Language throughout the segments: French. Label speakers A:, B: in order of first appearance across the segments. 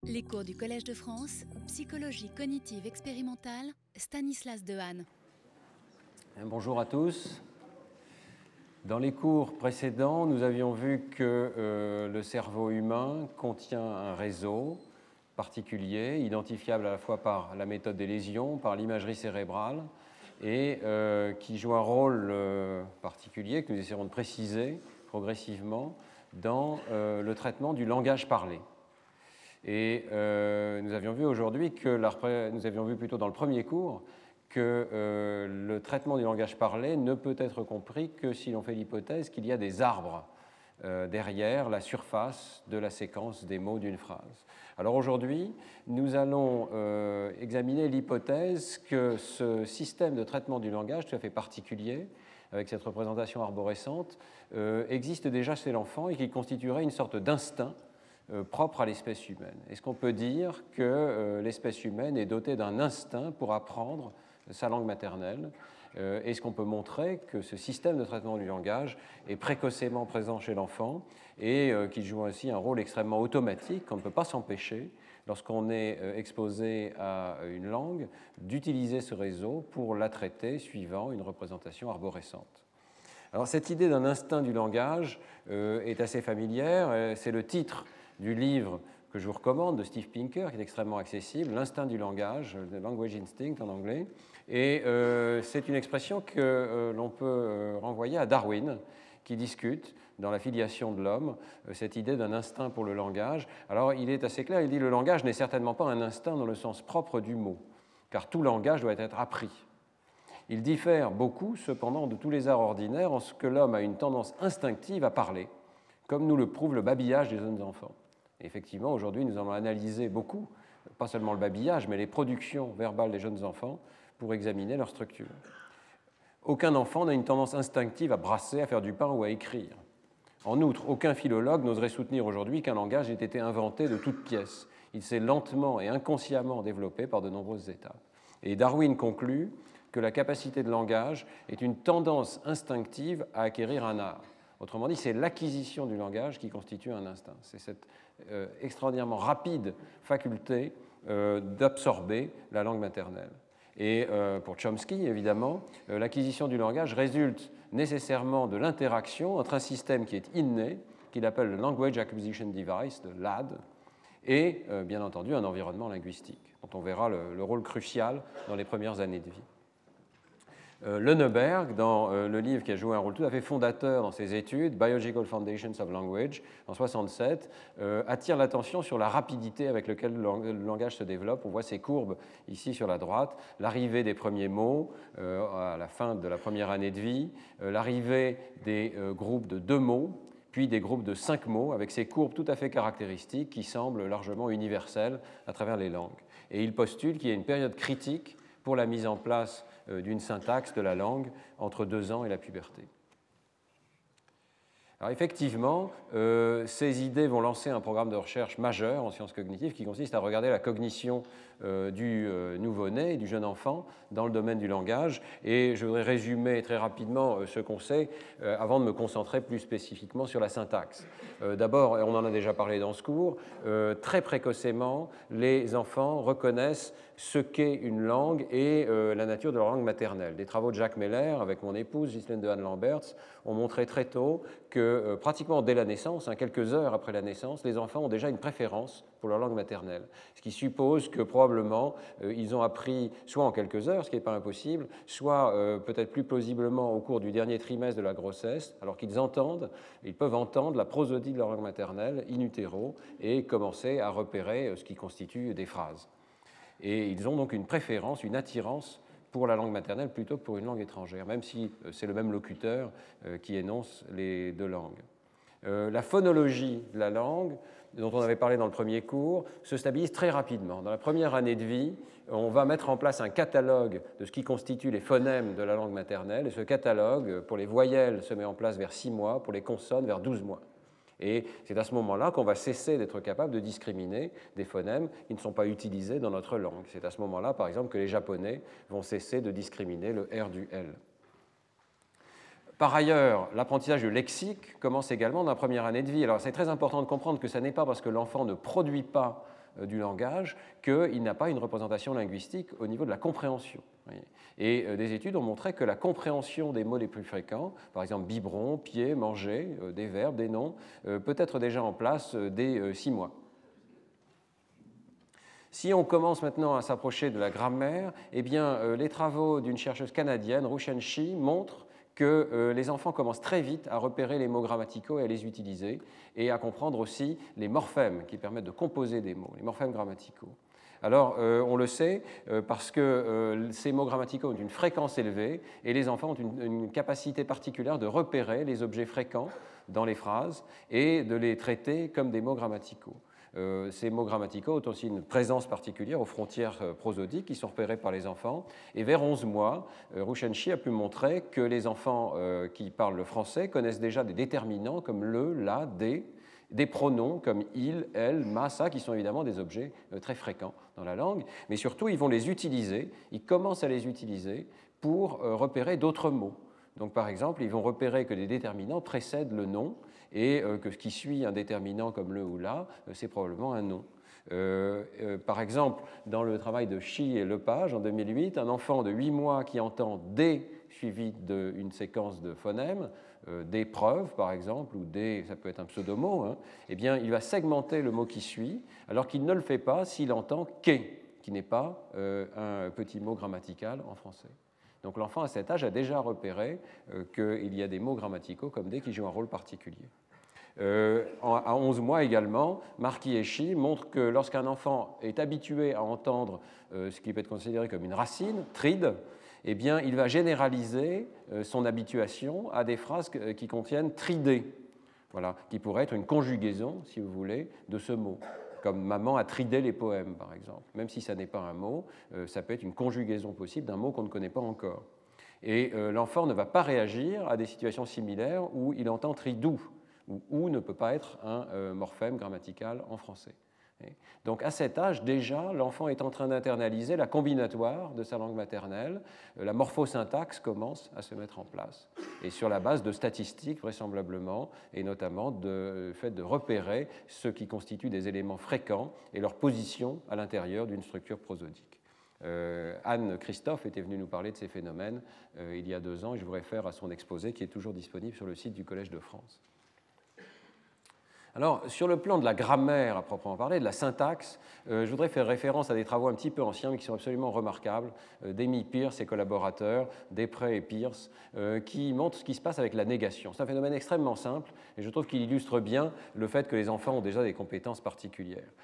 A: Les cours du Collège de France, psychologie cognitive expérimentale, Stanislas Dehaene.
B: Bonjour à tous. Dans les cours précédents, nous avions vu que le cerveau humain contient un réseau particulier, identifiable à la fois par la méthode des lésions, par l'imagerie cérébrale, et qui joue un rôle particulier que nous essaierons de préciser progressivement dans le traitement du langage parlé. Et nous avions vu aujourd'hui nous avions vu plutôt dans le premier cours que le traitement du langage parlé ne peut être compris que si l'on fait l'hypothèse qu'il y a des arbres derrière la surface de la séquence des mots d'une phrase. Alors aujourd'hui, nous allons examiner l'hypothèse que ce système de traitement du langage tout à fait particulier, avec cette représentation arborescente, existe déjà chez l'enfant et qui constituerait une sorte d'instinct propre à l'espèce humaine. Est-ce qu'on peut dire que l'espèce humaine est dotée d'un instinct pour apprendre sa langue maternelle? Est-ce qu'on peut montrer que ce système de traitement du langage est précocement présent chez l'enfant et qu'il joue ainsi un rôle extrêmement automatique qu'on ne peut pas s'empêcher, lorsqu'on est exposé à une langue, d'utiliser ce réseau pour la traiter suivant une représentation arborescente? Alors cette idée d'un instinct du langage est assez familière, c'est le titre du livre que je vous recommande de Steve Pinker, qui est extrêmement accessible, L'instinct du langage, The Language Instinct en anglais, et c'est une expression que l'on peut renvoyer à Darwin, qui discute dans La filiation de l'homme cette idée d'un instinct pour le langage. Alors il est assez clair, il dit le langage n'est certainement pas un instinct dans le sens propre du mot, car tout langage doit être appris. Il diffère beaucoup, cependant, de tous les arts ordinaires en ce que l'homme a une tendance instinctive à parler, comme nous le prouve le babillage des jeunes enfants. Et effectivement, aujourd'hui, nous allons analyser beaucoup, pas seulement le babillage, mais les productions verbales des jeunes enfants pour examiner leur structure. Aucun enfant n'a une tendance instinctive à brasser, à faire du pain ou à écrire. En outre, aucun philologue n'oserait soutenir aujourd'hui qu'un langage ait été inventé de toutes pièces. Il s'est lentement et inconsciemment développé par de nombreuses étapes. Et Darwin conclut que la capacité de langage est une tendance instinctive à acquérir un art. Autrement dit, c'est l'acquisition du langage qui constitue un instinct. C'est cette extraordinairement rapide faculté d'absorber la langue maternelle. Et pour Chomsky, évidemment, l'acquisition du langage résulte nécessairement de l'interaction entre un système qui est inné, qu'il appelle le Language Acquisition Device, le LAD, et bien entendu un environnement linguistique, dont on verra le rôle crucial dans les premières années de vie. Leuneberg, dans le livre qui a joué un rôle tout à fait fondateur dans ses études, Biological Foundations of Language, en 1967, attire l'attention sur la rapidité avec laquelle le langage se développe. On voit ces courbes ici sur la droite, l'arrivée des premiers mots à la fin de la première année de vie, l'arrivée des groupes de 2 mots, puis des groupes de 5 mots, avec ces courbes tout à fait caractéristiques qui semblent largement universelles à travers les langues. Et il postule qu'il y a une période critique pour la mise en place d'une syntaxe de la langue entre 2 ans et la puberté. Alors effectivement, ces idées vont lancer un programme de recherche majeur en sciences cognitives qui consiste à regarder la cognition du nouveau-né, du jeune enfant, dans le domaine du langage. Et je voudrais résumer très rapidement ce qu'on sait avant de me concentrer plus spécifiquement sur la syntaxe. D'abord, et on en a déjà parlé dans ce cours, très précocement, les enfants reconnaissent ce qu'est une langue et la nature de leur langue maternelle. Des travaux de Jacques Meller avec mon épouse, Ghislaine Dehaene-Lamberts, ont montré très tôt que pratiquement dès la naissance, quelques heures après la naissance, les enfants ont déjà une préférence pour leur langue maternelle. Ce qui suppose que probablement ils ont appris soit en quelques heures, ce qui n'est pas impossible, soit peut-être plus plausiblement au cours du dernier trimestre de la grossesse, alors qu'ils peuvent entendre la prosodie de leur langue maternelle in utero et commencer à repérer ce qui constitue des phrases. Et ils ont donc une préférence, une attirance pour la langue maternelle plutôt que pour une langue étrangère, même si c'est le même locuteur qui énonce les 2 langues. La phonologie de la langue, dont on avait parlé dans le premier cours, se stabilise très rapidement. Dans la première année de vie, on va mettre en place un catalogue de ce qui constitue les phonèmes de la langue maternelle, et ce catalogue, pour les voyelles, se met en place vers 6 mois, pour les consonnes, vers 12 mois. Et c'est à ce moment-là qu'on va cesser d'être capable de discriminer des phonèmes qui ne sont pas utilisés dans notre langue. C'est à ce moment-là, par exemple, que les Japonais vont cesser de discriminer le R du L. Par ailleurs, l'apprentissage du lexique commence également dans la première année de vie. Alors c'est très important de comprendre que ce n'est pas parce que l'enfant ne produit pas du langage qu'il n'a pas une représentation linguistique au niveau de la compréhension. Et des études ont montré que la compréhension des mots les plus fréquents, par exemple biberon, pied, manger, des verbes, des noms, peut être déjà en place dès 6 mois. Si on commence maintenant à s'approcher de la grammaire, eh bien, les travaux d'une chercheuse canadienne, Ruchen Shi, montrent que les enfants commencent très vite à repérer les mots grammaticaux et à les utiliser, et à comprendre aussi les morphèmes qui permettent de composer des mots, les morphèmes grammaticaux. Alors, on le sait parce que ces mots grammaticaux ont une fréquence élevée, et les enfants ont une capacité particulière de repérer les objets fréquents dans les phrases et de les traiter comme des mots grammaticaux. Ces mots grammaticaux ont aussi une présence particulière aux frontières prosodiques qui sont repérées par les enfants. Et vers 11 mois, Ruchen Shi a pu montrer que les enfants qui parlent le français connaissent déjà des déterminants comme le, la, des pronoms comme il, elle, ma, ça, qui sont évidemment des objets très fréquents dans la langue. Mais surtout, ils vont les utiliser, ils commencent à les utiliser pour repérer d'autres mots. Donc, par exemple, ils vont repérer que les déterminants précèdent le nom, et que ce qui suit un déterminant comme le ou la, c'est probablement un nom. Par exemple, dans le travail de Shi et Lepage en 2008, un enfant de 8 mois qui entend des suivi d'une séquence de phonèmes, des preuves par exemple, ou des, ça peut être un pseudomot, hein, eh bien, il va segmenter le mot qui suit, alors qu'il ne le fait pas s'il entend qu'est, qui n'est pas un petit mot grammatical en français. Donc l'enfant à cet âge a déjà repéré qu'il y a des mots grammaticaux comme des qui jouent un rôle particulier. À 11 mois également, Marquis et Shi montrent que lorsqu'un enfant est habitué à entendre ce qui peut être considéré comme une racine, tride, eh bien, il va généraliser son habituation à des phrases qui contiennent tridé, voilà, qui pourrait être une conjugaison, si vous voulez, de ce mot. Comme maman a tridé les poèmes, par exemple. Même si ça n'est pas un mot, ça peut être une conjugaison possible d'un mot qu'on ne connaît pas encore. Et l'enfant ne va pas réagir à des situations similaires où il entend tridou, où ou ne peut pas être un morphème grammatical en français. Donc à cet âge, déjà, l'enfant est en train d'internaliser la combinatoire de sa langue maternelle, la morphosyntaxe commence à se mettre en place, et sur la base de statistiques vraisemblablement, et notamment du fait de repérer ce qui constitue des éléments fréquents et leur position à l'intérieur d'une structure prosodique. Anne Christophe était venue nous parler de ces phénomènes il y a 2 ans, et je vous réfère à son exposé qui est toujours disponible sur le site du Collège de France. Alors, sur le plan de la grammaire à proprement parler, de la syntaxe, je voudrais faire référence à des travaux un petit peu anciens, mais qui sont absolument remarquables, d'Amy Peirce et collaborateurs, Desprez et Peirce, qui montrent ce qui se passe avec la négation. C'est un phénomène extrêmement simple, et je trouve qu'il illustre bien le fait que les enfants ont déjà des compétences particulières.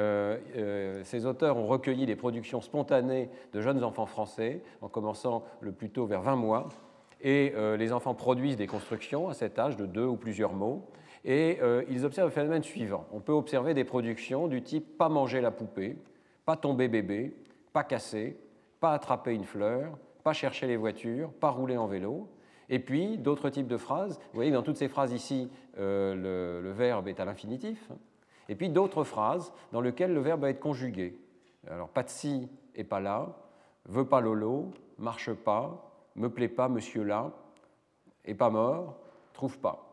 B: Ces auteurs ont recueilli les productions spontanées de jeunes enfants français, en commençant le plus tôt vers 20 mois, et les enfants produisent des constructions à cet âge de 2 ou plusieurs mots, et ils observent le phénomène suivant. On peut observer des productions du type « pas manger la poupée »,« pas tomber bébé »,« pas casser »,« pas attraper une fleur »,« pas chercher les voitures »,« pas rouler en vélo ». Et puis d'autres types de phrases. Vous voyez que dans toutes ces phrases ici, le verbe est à l'infinitif. Et puis d'autres phrases dans lesquelles le verbe va être conjugué. Alors pas de ci et pas là, veut pas Lolo, marche pas, me plaît pas monsieur là, est pas mort, trouve pas.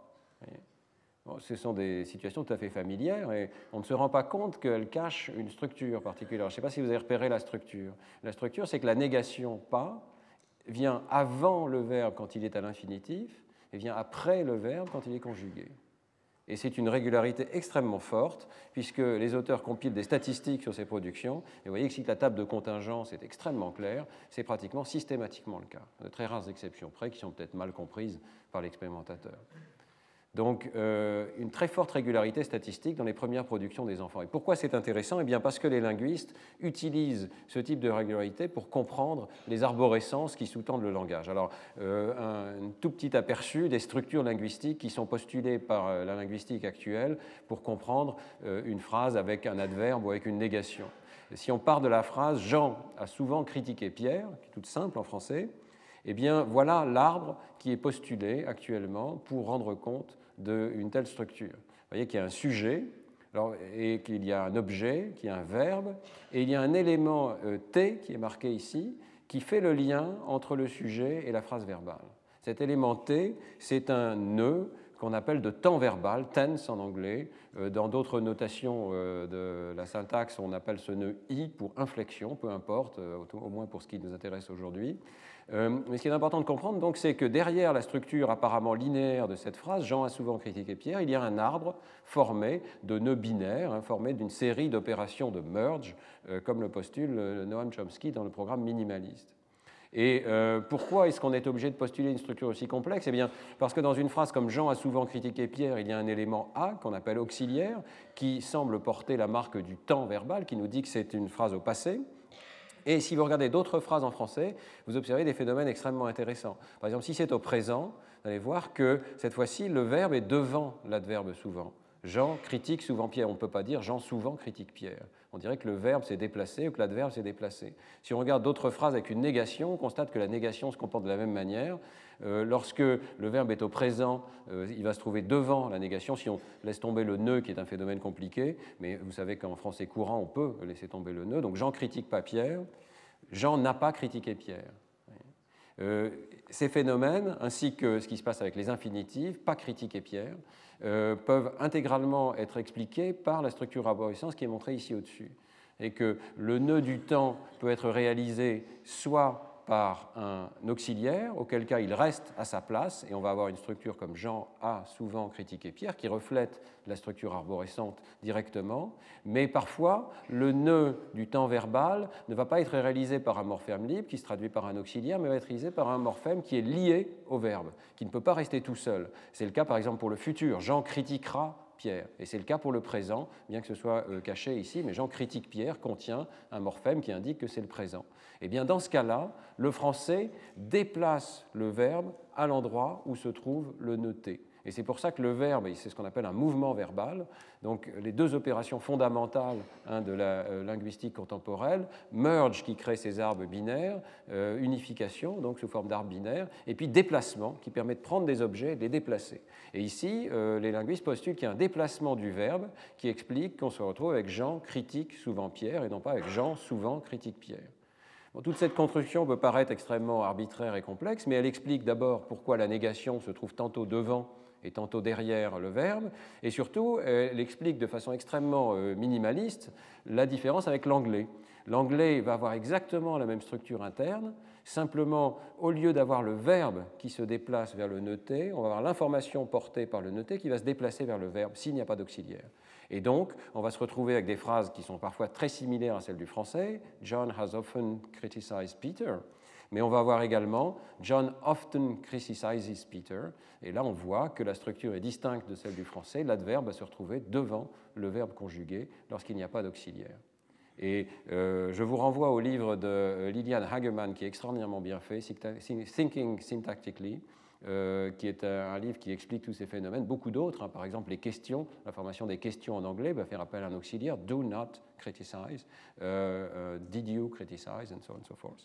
B: Ce sont des situations tout à fait familières et on ne se rend pas compte qu'elles cachent une structure particulière. Je ne sais pas si vous avez repéré la structure. La structure, c'est que la négation « pas » vient avant le verbe quand il est à l'infinitif et vient après le verbe quand il est conjugué. Et c'est une régularité extrêmement forte puisque les auteurs compilent des statistiques sur ces productions. Et vous voyez que si la table de contingence est extrêmement claire, c'est pratiquement systématiquement le cas. De très rares exceptions près qui sont peut-être mal comprises par l'expérimentateur. Donc, une très forte régularité statistique dans les premières productions des enfants. Et pourquoi c'est intéressant ? Eh bien, parce que les linguistes utilisent ce type de régularité pour comprendre les arborescences qui sous-tendent le langage. Alors, un tout petit aperçu des structures linguistiques qui sont postulées par la linguistique actuelle pour comprendre une phrase avec un adverbe ou avec une négation. Et si on part de la phrase « Jean a souvent critiqué Pierre », qui est toute simple en français, eh bien, voilà l'arbre qui est postulé actuellement pour rendre compte d'une telle structure. Vous voyez qu'il y a un sujet, et qu'il y a un objet, qu'il y a un verbe, et il y a un élément T qui est marqué ici, qui fait le lien entre le sujet et la phrase verbale. Cet élément T, c'est un nœud qu'on appelle de temps verbal, tense en anglais. Dans d'autres notations de la syntaxe, on appelle ce nœud I pour inflexion, peu importe, au moins pour ce qui nous intéresse aujourd'hui. Mais ce qui est important de comprendre, donc, c'est que derrière la structure apparemment linéaire de cette phrase, Jean a souvent critiqué Pierre, il y a un arbre formé de nœuds binaires, formé d'une série d'opérations de merge, comme le postule Noam Chomsky dans le programme minimaliste. Et pourquoi est-ce qu'on est obligé de postuler une structure aussi complexe? Eh bien, parce que dans une phrase comme Jean a souvent critiqué Pierre, il y a un élément A qu'on appelle auxiliaire, qui semble porter la marque du temps verbal, qui nous dit que c'est une phrase au passé. Et si vous regardez d'autres phrases en français, vous observez des phénomènes extrêmement intéressants. Par exemple, si c'est au présent, vous allez voir que cette fois-ci, le verbe est devant l'adverbe souvent. Jean critique souvent Pierre. On ne peut pas dire Jean souvent critique Pierre. On dirait que le verbe s'est déplacé ou que l'adverbe s'est déplacé. Si on regarde d'autres phrases avec une négation, on constate que la négation se comporte de la même manière. Lorsque le verbe est au présent, il va se trouver devant la négation si on laisse tomber le nœud, qui est un phénomène compliqué. Mais vous savez qu'en français courant, on peut laisser tomber le nœud. Donc Jean critique pas Pierre. Jean n'a pas critiqué Pierre. Ces phénomènes, ainsi que ce qui se passe avec les infinitifs, pas critiquer Pierre, peuvent intégralement être expliqués par la structure arborescence qui est montrée ici au-dessus. Et que le nœud du temps peut être réalisé soit par un auxiliaire, auquel cas il reste à sa place, et on va avoir une structure comme Jean a souvent critiqué Pierre, qui reflète la structure arborescente directement, mais parfois le nœud du temps verbal ne va pas être réalisé par un morphème libre, qui se traduit par un auxiliaire, mais va être réalisé par un morphème qui est lié au verbe, qui ne peut pas rester tout seul. C'est le cas par exemple pour le futur, Jean critiquera Pierre. Et c'est le cas pour le présent, bien que ce soit caché ici, mais Jean critique Pierre contient un morphème qui indique que c'est le présent. Et bien dans ce cas-là, le français déplace le verbe à l'endroit où se trouve le nœud T. Et c'est pour ça que le verbe, c'est ce qu'on appelle un mouvement verbal, donc les deux opérations fondamentales de la linguistique contemporaine, merge qui crée ces arbres binaires, unification, donc sous forme d'arbres binaires, et puis déplacement qui permet de prendre des objets et de les déplacer. Et ici, les linguistes postulent qu'il y a un déplacement du verbe qui explique qu'on se retrouve avec Jean critique souvent Pierre et non pas avec Jean souvent critique Pierre. Bon, toute cette construction peut paraître extrêmement arbitraire et complexe, mais elle explique d'abord pourquoi la négation se trouve tantôt devant et tantôt derrière le verbe, et surtout, elle explique de façon extrêmement minimaliste la différence avec l'anglais. L'anglais va avoir exactement la même structure interne, simplement, au lieu d'avoir le verbe qui se déplace vers le nœud T, on va avoir l'information portée par le nœud T qui va se déplacer vers le verbe s'il n'y a pas d'auxiliaire. Et donc, on va se retrouver avec des phrases qui sont parfois très similaires à celles du français. John has often criticized Peter. Mais on va voir également John often criticizes Peter. Et là, on voit que la structure est distincte de celle du français. L'adverbe va se retrouver devant le verbe conjugué lorsqu'il n'y a pas d'auxiliaire. Et je vous renvoie au livre de Lilian Hagemann, qui est extraordinairement bien fait, Thinking Syntactically, qui est un livre qui explique tous ces phénomènes. Beaucoup d'autres, par exemple les questions, la formation des questions en anglais va faire appel à un auxiliaire, do not criticize, did you criticize, and so on and so forth.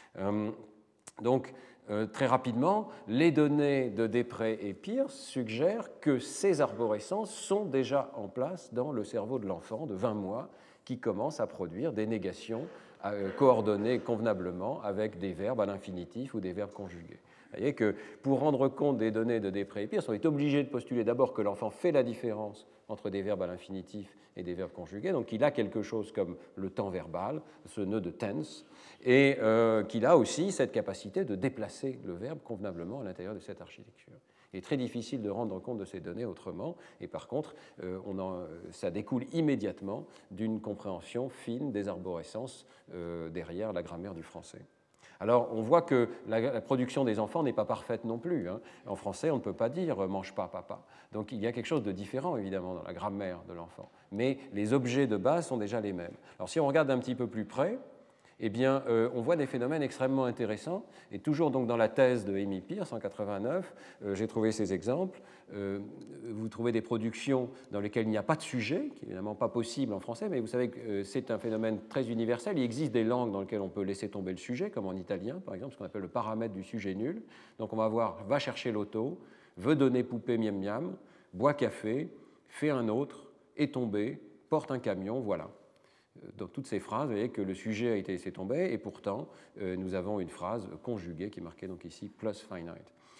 B: Donc, très rapidement, les données de Després et Peirce suggèrent que ces arborescences sont déjà en place dans le cerveau de l'enfant de 20 mois qui commence à produire des négations coordonnées convenablement avec des verbes à l'infinitif ou des verbes conjugués. Vous voyez que pour rendre compte des données de Després et Peirce, on est obligé de postuler d'abord que l'enfant fait la différence entre des verbes à l'infinitif et des verbes conjugués, donc il a quelque chose comme le temps verbal, ce nœud de tense, et qu'il a aussi cette capacité de déplacer le verbe convenablement à l'intérieur de cette architecture. Il est très difficile de rendre compte de ces données autrement, et par contre, ça découle immédiatement d'une compréhension fine des arborescences derrière la grammaire du français. Alors, on voit que la production des enfants n'est pas parfaite non plus. En français, on ne peut pas dire « mange pas, papa ». Donc, il y a quelque chose de différent, évidemment, dans la grammaire de l'enfant. Mais les objets de base sont déjà les mêmes. Alors, si on regarde un petit peu plus près, eh bien, on voit des phénomènes extrêmement intéressants. Et toujours donc dans la thèse de Amy Peirce en 1989, j'ai trouvé ces exemples. Vous trouvez des productions dans lesquelles il n'y a pas de sujet, qui n'est évidemment pas possible en français, mais vous savez que c'est un phénomène très universel. Il existe des langues dans lesquelles on peut laisser tomber le sujet, comme en italien, par exemple, ce qu'on appelle le paramètre du sujet nul. Donc on va voir « va chercher l'auto »,« veut donner poupée miam miam »,« boit café »,« fait un autre »,« est tombé »,« porte un camion », voilà. Dans toutes ces phrases, vous voyez que le sujet a été laissé tomber et pourtant, nous avons une phrase conjuguée qui est marquée donc ici plus finite.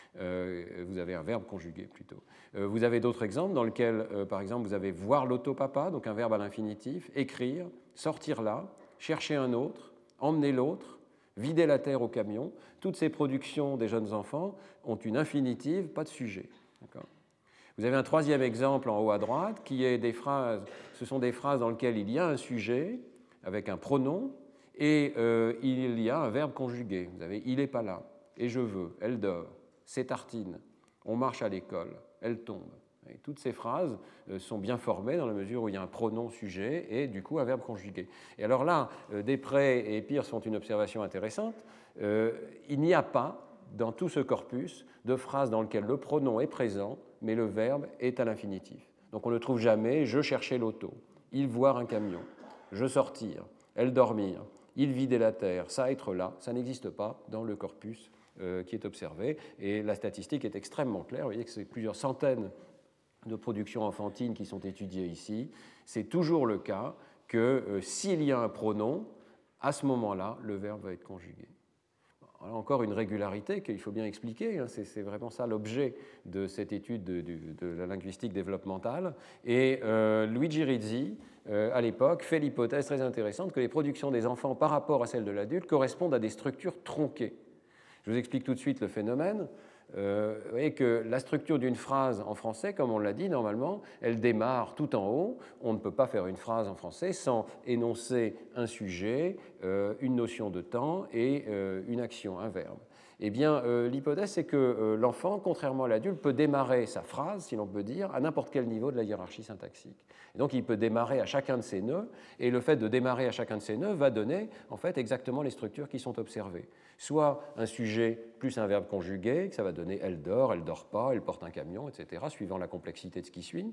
B: Vous avez un verbe conjugué plutôt. Vous avez d'autres exemples dans lesquels, par exemple, vous avez voir l'auto-papa, donc un verbe à l'infinitif, écrire, sortir là, chercher un autre, emmener l'autre, vider la terre au camion. Toutes ces productions des jeunes enfants ont une infinitive, pas de sujet. Vous avez un troisième exemple en haut à droite qui est des phrases, ce sont des phrases dans lesquelles il y a un sujet avec un pronom et il y a un verbe conjugué. Vous avez il n'est pas là, et je veux, elle dort, c'est tartine, on marche à l'école, elle tombe. Et toutes ces phrases sont bien formées dans la mesure où il y a un pronom sujet et du coup un verbe conjugué. Et alors là, Després et Peirce font une observation intéressante. Il n'y a pas dans tout ce corpus de phrases dans lesquelles le pronom est présent, mais le verbe est à l'infinitif. Donc on ne trouve jamais « je cherchais l'auto »,« il voir un camion »,« je sortir »,« elle dormir »,« il vider la terre »,« ça être là », ça n'existe pas dans le corpus qui est observé. Et la statistique est extrêmement claire. Vous voyez que c'est plusieurs centaines de productions enfantines qui sont étudiées ici. C'est toujours le cas que s'il y a un pronom, à ce moment-là, le verbe va être conjugué. Alors encore une régularité qu'il faut bien expliquer, c'est vraiment ça l'objet de cette étude de la linguistique développementale. Et Luigi Rizzi, à l'époque, fait l'hypothèse très intéressante que les productions des enfants par rapport à celles de l'adulte correspondent à des structures tronquées. Je vous explique tout de suite le phénomène. Vous voyez que la structure d'une phrase en français, comme on l'a dit normalement, elle démarre tout en haut. On ne peut pas faire une phrase en français sans énoncer un sujet, une notion de temps et une action, un verbe. Eh bien, l'hypothèse, c'est que l'enfant, contrairement à l'adulte, peut démarrer sa phrase, si l'on peut dire, à n'importe quel niveau de la hiérarchie syntaxique. Et donc, il peut démarrer à chacun de ces nœuds, et le fait de démarrer à chacun de ces nœuds va donner, en fait, exactement les structures qui sont observées. Soit un sujet plus un verbe conjugué, que ça va donner « elle dort pas, elle porte un camion », etc., suivant la complexité de ce qui suit.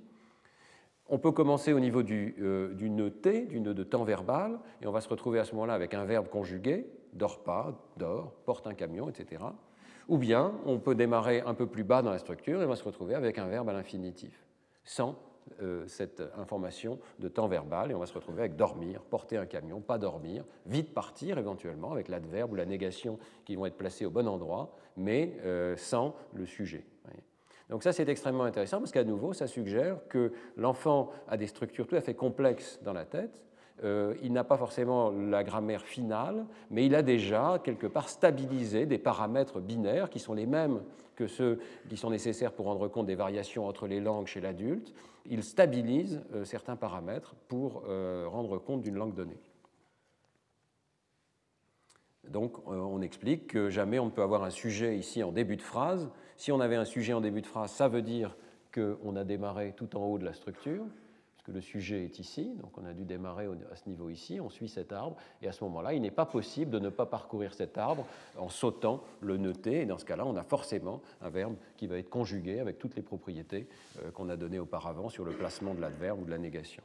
B: On peut commencer au niveau du nœud T, du nœud de temps verbal, et on va se retrouver à ce moment-là avec un verbe conjugué, dort pas, dort, porte un camion, etc. Ou bien on peut démarrer un peu plus bas dans la structure et on va se retrouver avec un verbe à l'infinitif, sans cette information de temps verbal, et on va se retrouver avec dormir, porter un camion, pas dormir, vite partir éventuellement, avec l'adverbe ou la négation qui vont être placés au bon endroit, mais sans le sujet. Donc ça, c'est extrêmement intéressant parce qu'à nouveau, ça suggère que l'enfant a des structures tout à fait complexes dans la tête. Il n'a pas forcément la grammaire finale, mais il a déjà quelque part stabilisé des paramètres binaires qui sont les mêmes que ceux qui sont nécessaires pour rendre compte des variations entre les langues chez l'adulte. Il stabilise certains paramètres pour rendre compte d'une langue donnée. Donc, on explique que jamais on ne peut avoir un sujet ici en début de phrase. Si on avait un sujet en début de phrase, ça veut dire qu'on a démarré tout en haut de la structure, puisque le sujet est ici, donc on a dû démarrer à ce niveau ici, on suit cet arbre, et à ce moment-là, il n'est pas possible de ne pas parcourir cet arbre en sautant le nœud T, et dans ce cas-là, on a forcément un verbe qui va être conjugué avec toutes les propriétés qu'on a données auparavant sur le placement de l'adverbe ou de la négation.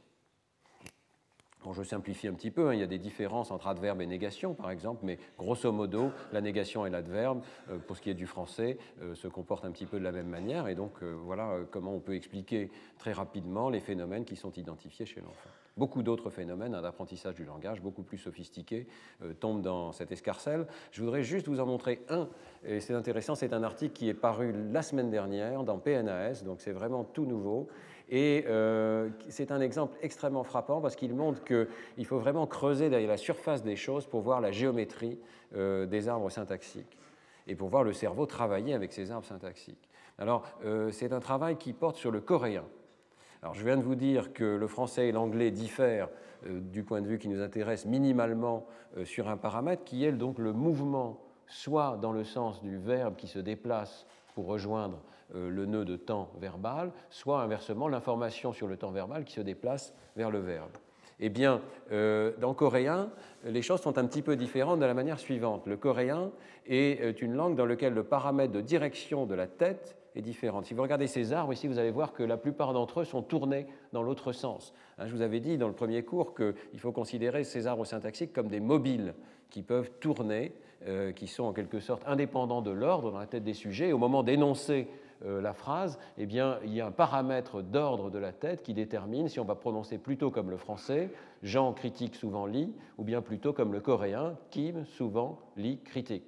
B: Bon, je simplifie un petit peu, il y a des différences entre adverbe et négation, par exemple, mais grosso modo, la négation et l'adverbe, pour ce qui est du français, se comportent un petit peu de la même manière, et donc voilà comment on peut expliquer très rapidement les phénomènes qui sont identifiés chez l'enfant. Beaucoup d'autres phénomènes d'apprentissage du langage, beaucoup plus sophistiqués, tombent dans cette escarcelle. Je voudrais juste vous en montrer un, et c'est intéressant, c'est un article qui est paru la semaine dernière dans PNAS, donc c'est vraiment tout nouveau. Et c'est un exemple extrêmement frappant parce qu'il montre qu'il faut vraiment creuser derrière la surface des choses pour voir la géométrie des arbres syntaxiques et pour voir le cerveau travailler avec ces arbres syntaxiques. Alors, c'est un travail qui porte sur le coréen. Alors, je viens de vous dire que le français et l'anglais diffèrent du point de vue qui nous intéresse minimalement sur un paramètre qui est donc le mouvement, soit dans le sens du verbe qui se déplace pour rejoindre le nœud de temps verbal, soit inversement l'information sur le temps verbal qui se déplace vers le verbe. Eh bien, dans le coréen, les choses sont un petit peu différentes de la manière suivante. Le coréen est une langue dans laquelle le paramètre de direction de la tête est différent. Si vous regardez ces arbres ici, vous allez voir que la plupart d'entre eux sont tournés dans l'autre sens. Je vous avais dit dans le premier cours qu'il faut considérer ces arbres syntaxiques comme des mobiles qui peuvent tourner, qui sont en quelque sorte indépendants de l'ordre dans la tête des sujets. Et au moment d'énoncer la phrase, eh bien, il y a un paramètre d'ordre de la tête qui détermine si on va prononcer plutôt comme le français, Jean critique souvent lit, ou bien plutôt comme le coréen, Kim souvent lit critique.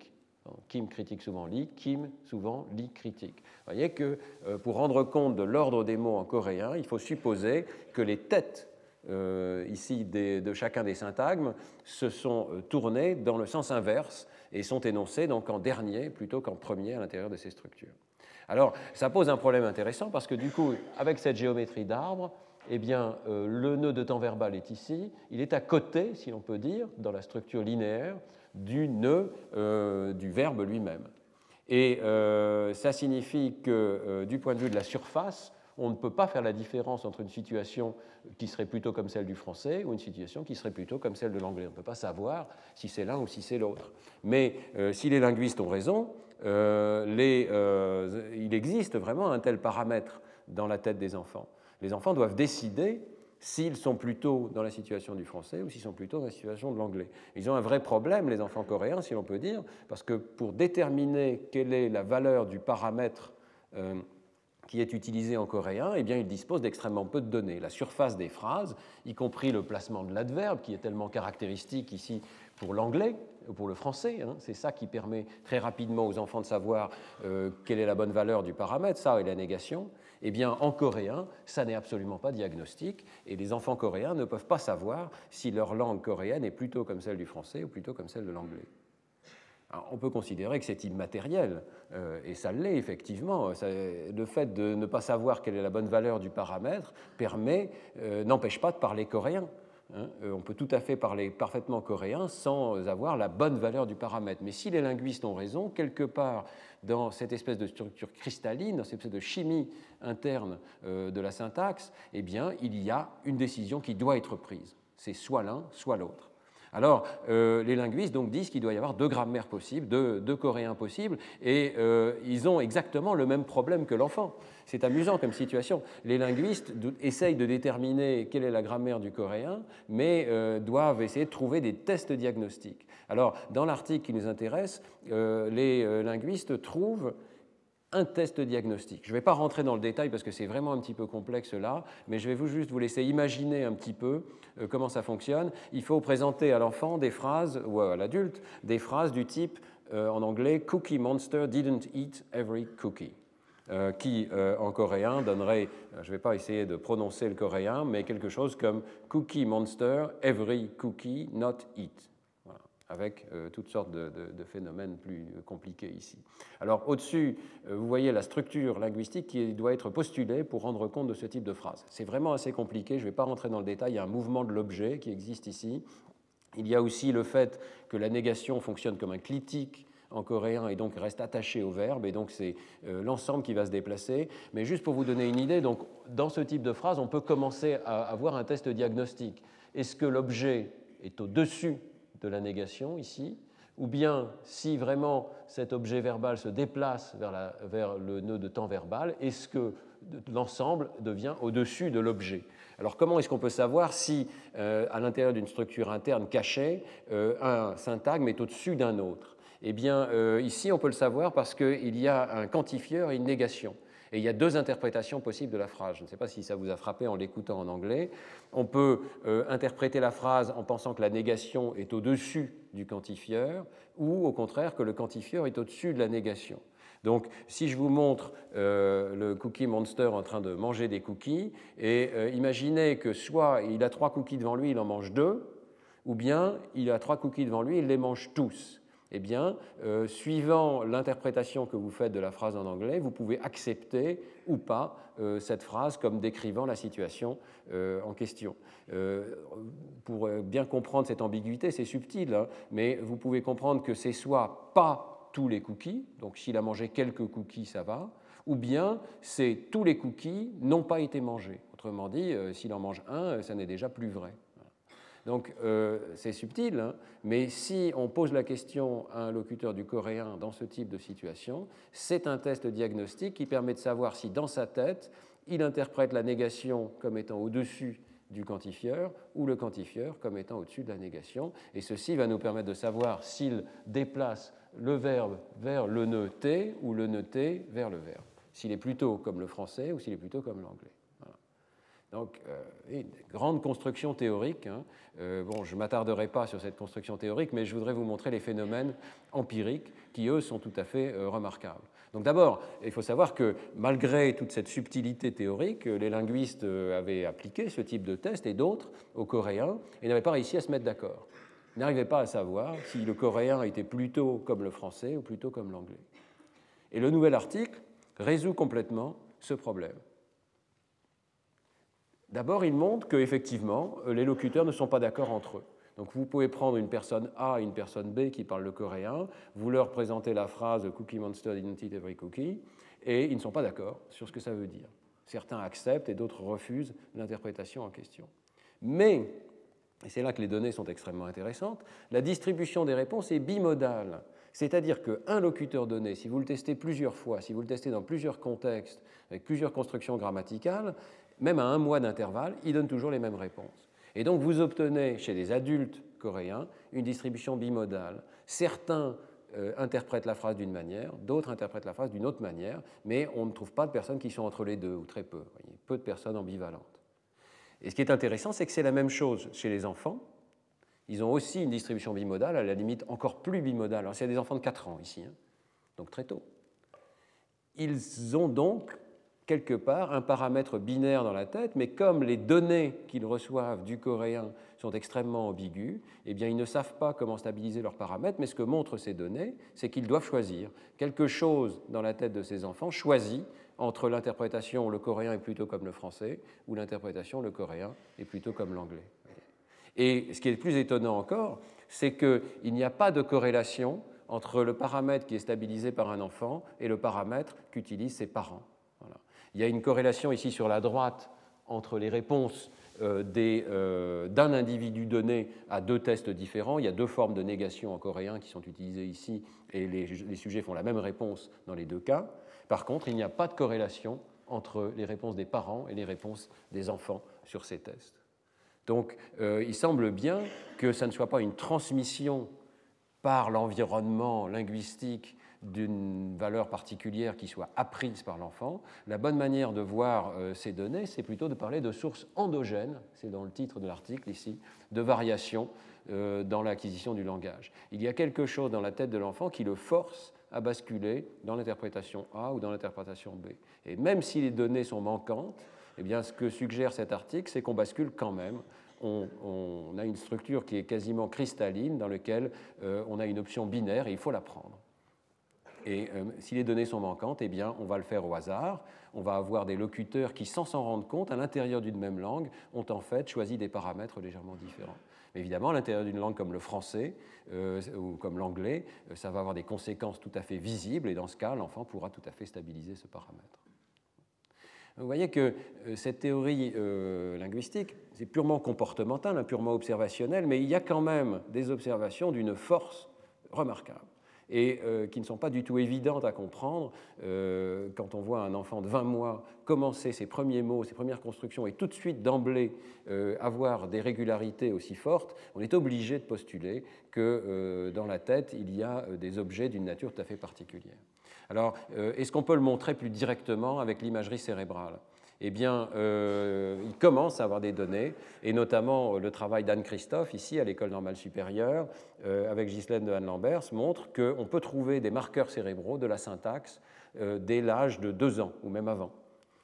B: Kim critique souvent Lee, Kim souvent Lee critique. Vous voyez que pour rendre compte de l'ordre des mots en coréen, il faut supposer que les têtes ici de chacun des syntagmes se sont tournées dans le sens inverse et sont énoncées donc en dernier plutôt qu'en premier à l'intérieur de ces structures. Alors, ça pose un problème intéressant parce que du coup, avec cette géométrie d'arbre, eh bien, le nœud de temps verbal est ici, il est à côté, si l'on peut dire, dans la structure linéaire du nœud du verbe lui-même. Et ça signifie que du point de vue de la surface, on ne peut pas faire la différence entre une situation qui serait plutôt comme celle du français ou une situation qui serait plutôt comme celle de l'anglais. On ne peut pas savoir si c'est l'un ou si c'est l'autre. Mais si les linguistes ont raison, il existe vraiment un tel paramètre dans la tête des enfants. Les enfants doivent décider s'ils sont plutôt dans la situation du français ou s'ils sont plutôt dans la situation de l'anglais. Ils ont un vrai problème, les enfants coréens, si l'on peut dire, parce que pour déterminer quelle est la valeur du paramètre qui est utilisé en coréen, eh bien, ils disposent d'extrêmement peu de données. La surface des phrases, y compris le placement de l'adverbe, qui est tellement caractéristique ici pour l'anglais, pour le français, hein, c'est ça qui permet très rapidement aux enfants de savoir quelle est la bonne valeur du paramètre, ça et la négation. Eh bien, en coréen, ça n'est absolument pas diagnostique, et les enfants coréens ne peuvent pas savoir si leur langue coréenne est plutôt comme celle du français ou plutôt comme celle de l'anglais. Alors, on peut considérer que c'est immatériel, et ça l'est effectivement. Le fait de ne pas savoir quelle est la bonne valeur du paramètre n'empêche pas de parler coréen. Hein. On peut tout à fait parler parfaitement coréen sans avoir la bonne valeur du paramètre. Mais si les linguistes ont raison, quelque part dans cette espèce de structure cristalline, dans cette espèce de chimie interne de la syntaxe, eh bien, il y a une décision qui doit être prise. C'est soit l'un, soit l'autre. Alors, les linguistes donc, disent qu'il doit y avoir deux grammaires possibles, deux coréens possibles, et ils ont exactement le même problème que l'enfant. C'est amusant comme situation. Les linguistes essayent de déterminer quelle est la grammaire du coréen, mais doivent essayer de trouver des tests diagnostiques. Alors, dans l'article qui nous intéresse, les linguistes trouvent un test diagnostique. Je ne vais pas rentrer dans le détail parce que c'est vraiment un petit peu complexe là, mais je vais juste vous laisser imaginer un petit peu comment ça fonctionne. Il faut présenter à l'enfant des phrases, ou à l'adulte, des phrases du type, en anglais, « Cookie Monster didn't eat every cookie », qui en coréen donnerait, je ne vais pas essayer de prononcer le coréen, mais quelque chose comme « Cookie Monster, every cookie not eat ». Avec toutes sortes de phénomènes plus compliqués ici. Alors au-dessus, vous voyez la structure linguistique qui doit être postulée pour rendre compte de ce type de phrase. C'est vraiment assez compliqué, je ne vais pas rentrer dans le détail, il y a un mouvement de l'objet qui existe ici. Il y a aussi le fait que la négation fonctionne comme un clitique en coréen et donc reste attaché au verbe, et donc c'est l'ensemble qui va se déplacer. Mais juste pour vous donner une idée, donc, dans ce type de phrase, on peut commencer à avoir un test diagnostique. Est-ce que l'objet est au-dessus de la négation ici, ou bien si vraiment cet objet verbal se déplace vers le nœud de temps verbal, est-ce que l'ensemble devient au-dessus de l'objet? Alors comment est-ce qu'on peut savoir si, à l'intérieur d'une structure interne cachée, un syntagme est au-dessus d'un autre? Eh bien, ici, on peut le savoir parce qu'il y a un quantifieur et une négation. Et il y a deux interprétations possibles de la phrase. Je ne sais pas si ça vous a frappé en l'écoutant en anglais. On peut interpréter la phrase en pensant que la négation est au-dessus du quantifieur, ou au contraire que le quantifieur est au-dessus de la négation. Donc, si je vous montre le Cookie Monster en train de manger des cookies, et imaginez que soit il a 3 cookies devant lui, il en mange 2, ou bien il a 3 cookies devant lui, il les mange tous. Eh bien, suivant l'interprétation que vous faites de la phrase en anglais, vous pouvez accepter ou pas cette phrase comme décrivant la situation en question. Pour bien comprendre cette ambiguïté, c'est subtil, hein, mais vous pouvez comprendre que c'est soit pas tous les cookies, donc s'il a mangé quelques cookies, ça va, ou bien c'est tous les cookies n'ont pas été mangés. Autrement dit, s'il en mange un, ça n'est déjà plus vrai. Donc c'est subtil, hein, mais si on pose la question à un locuteur du coréen dans ce type de situation, c'est un test diagnostique qui permet de savoir si dans sa tête, il interprète la négation comme étant au-dessus du quantifieur ou le quantifieur comme étant au-dessus de la négation. Et ceci va nous permettre de savoir s'il déplace le verbe vers le nœud T ou le nœud T vers le verbe, s'il est plutôt comme le français ou s'il est plutôt comme l'anglais. Donc, une grande construction théorique. Hein. Bon, je ne m'attarderai pas sur cette construction théorique, mais je voudrais vous montrer les phénomènes empiriques qui, eux, sont tout à fait remarquables. Donc d'abord, il faut savoir que malgré toute cette subtilité théorique, les linguistes avaient appliqué ce type de test et d'autres aux Coréens et n'avaient pas réussi à se mettre d'accord. Ils n'arrivaient pas à savoir si le coréen était plutôt comme le français ou plutôt comme l'anglais. Et le nouvel article résout complètement ce problème. D'abord, il montre qu'effectivement, les locuteurs ne sont pas d'accord entre eux. Donc vous pouvez prendre une personne A et une personne B qui parlent le coréen, vous leur présentez la phrase « Cookie Monster didn't eat every cookie » et ils ne sont pas d'accord sur ce que ça veut dire. Certains acceptent et d'autres refusent l'interprétation en question. Mais, et c'est là que les données sont extrêmement intéressantes, la distribution des réponses est bimodale. C'est-à-dire qu'un locuteur donné, si vous le testez plusieurs fois, si vous le testez dans plusieurs contextes, avec plusieurs constructions grammaticales, même à 1 mois d'intervalle, il donne toujours les mêmes réponses. Et donc vous obtenez chez les adultes coréens une distribution bimodale. Certains interprètent la phrase d'une manière, d'autres interprètent la phrase d'une autre manière, mais on ne trouve pas de personnes qui sont entre les deux, ou très peu. Voyez, peu de personnes ambivalentes. Et ce qui est intéressant, c'est que c'est la même chose chez les enfants. Ils ont aussi une distribution bimodale, à la limite encore plus bimodale. Alors, c'est des enfants de 4 ans ici, hein, donc très tôt. Ils ont donc quelque part un paramètre binaire dans la tête, mais comme les données qu'ils reçoivent du coréen sont extrêmement ambiguës, eh bien, ils ne savent pas comment stabiliser leurs paramètres, mais ce que montrent ces données, c'est qu'ils doivent choisir. Quelque chose dans la tête de ces enfants choisit entre l'interprétation « le coréen est plutôt comme le français » ou l'interprétation « le coréen est plutôt comme l'anglais ». Et ce qui est plus étonnant encore, c'est qu'il n'y a pas de corrélation entre le paramètre qui est stabilisé par un enfant et le paramètre qu'utilisent ses parents. Voilà. Il y a une corrélation ici sur la droite entre les réponses d'un individu donné à 2 tests différents. Il y a 2 formes de négation en coréen qui sont utilisées ici et les sujets font la même réponse dans les 2 cas. Par contre, il n'y a pas de corrélation entre les réponses des parents et les réponses des enfants sur ces tests. Donc, il semble bien que ça ne soit pas une transmission par l'environnement linguistique d'une valeur particulière qui soit apprise par l'enfant. La bonne manière de voir ces données, c'est plutôt de parler de sources endogènes, c'est dans le titre de l'article ici, de variations dans l'acquisition du langage. Il y a quelque chose dans la tête de l'enfant qui le force à basculer dans l'interprétation A ou dans l'interprétation B. Et même si les données sont manquantes, eh bien, ce que suggère cet article, c'est qu'on bascule quand même. On a une structure qui est quasiment cristalline dans laquelle on a une option binaire et il faut la prendre. Et si les données sont manquantes, eh bien, on va le faire au hasard. On va avoir des locuteurs qui, sans s'en rendre compte, à l'intérieur d'une même langue, ont en fait choisi des paramètres légèrement différents. Mais évidemment, à l'intérieur d'une langue comme le français ou comme l'anglais, ça va avoir des conséquences tout à fait visibles et dans ce cas, l'enfant pourra tout à fait stabiliser ce paramètre. Vous voyez que cette théorie linguistique, c'est purement comportemental, purement observationnel, mais il y a quand même des observations d'une force remarquable et qui ne sont pas du tout évidentes à comprendre quand on voit un enfant de 20 mois commencer ses premiers mots, ses premières constructions et tout de suite d'emblée avoir des régularités aussi fortes. On est obligé de postuler que dans la tête, il y a des objets d'une nature tout à fait particulière. Alors, est-ce qu'on peut le montrer plus directement avec l'imagerie cérébrale ? Eh bien, il commence à avoir des données, et notamment le travail d'Anne Christophe, ici à l'École normale supérieure, avec Ghislaine de Anne-Lambert, montre qu'on peut trouver des marqueurs cérébraux de la syntaxe dès l'âge de 2 ans, ou même avant.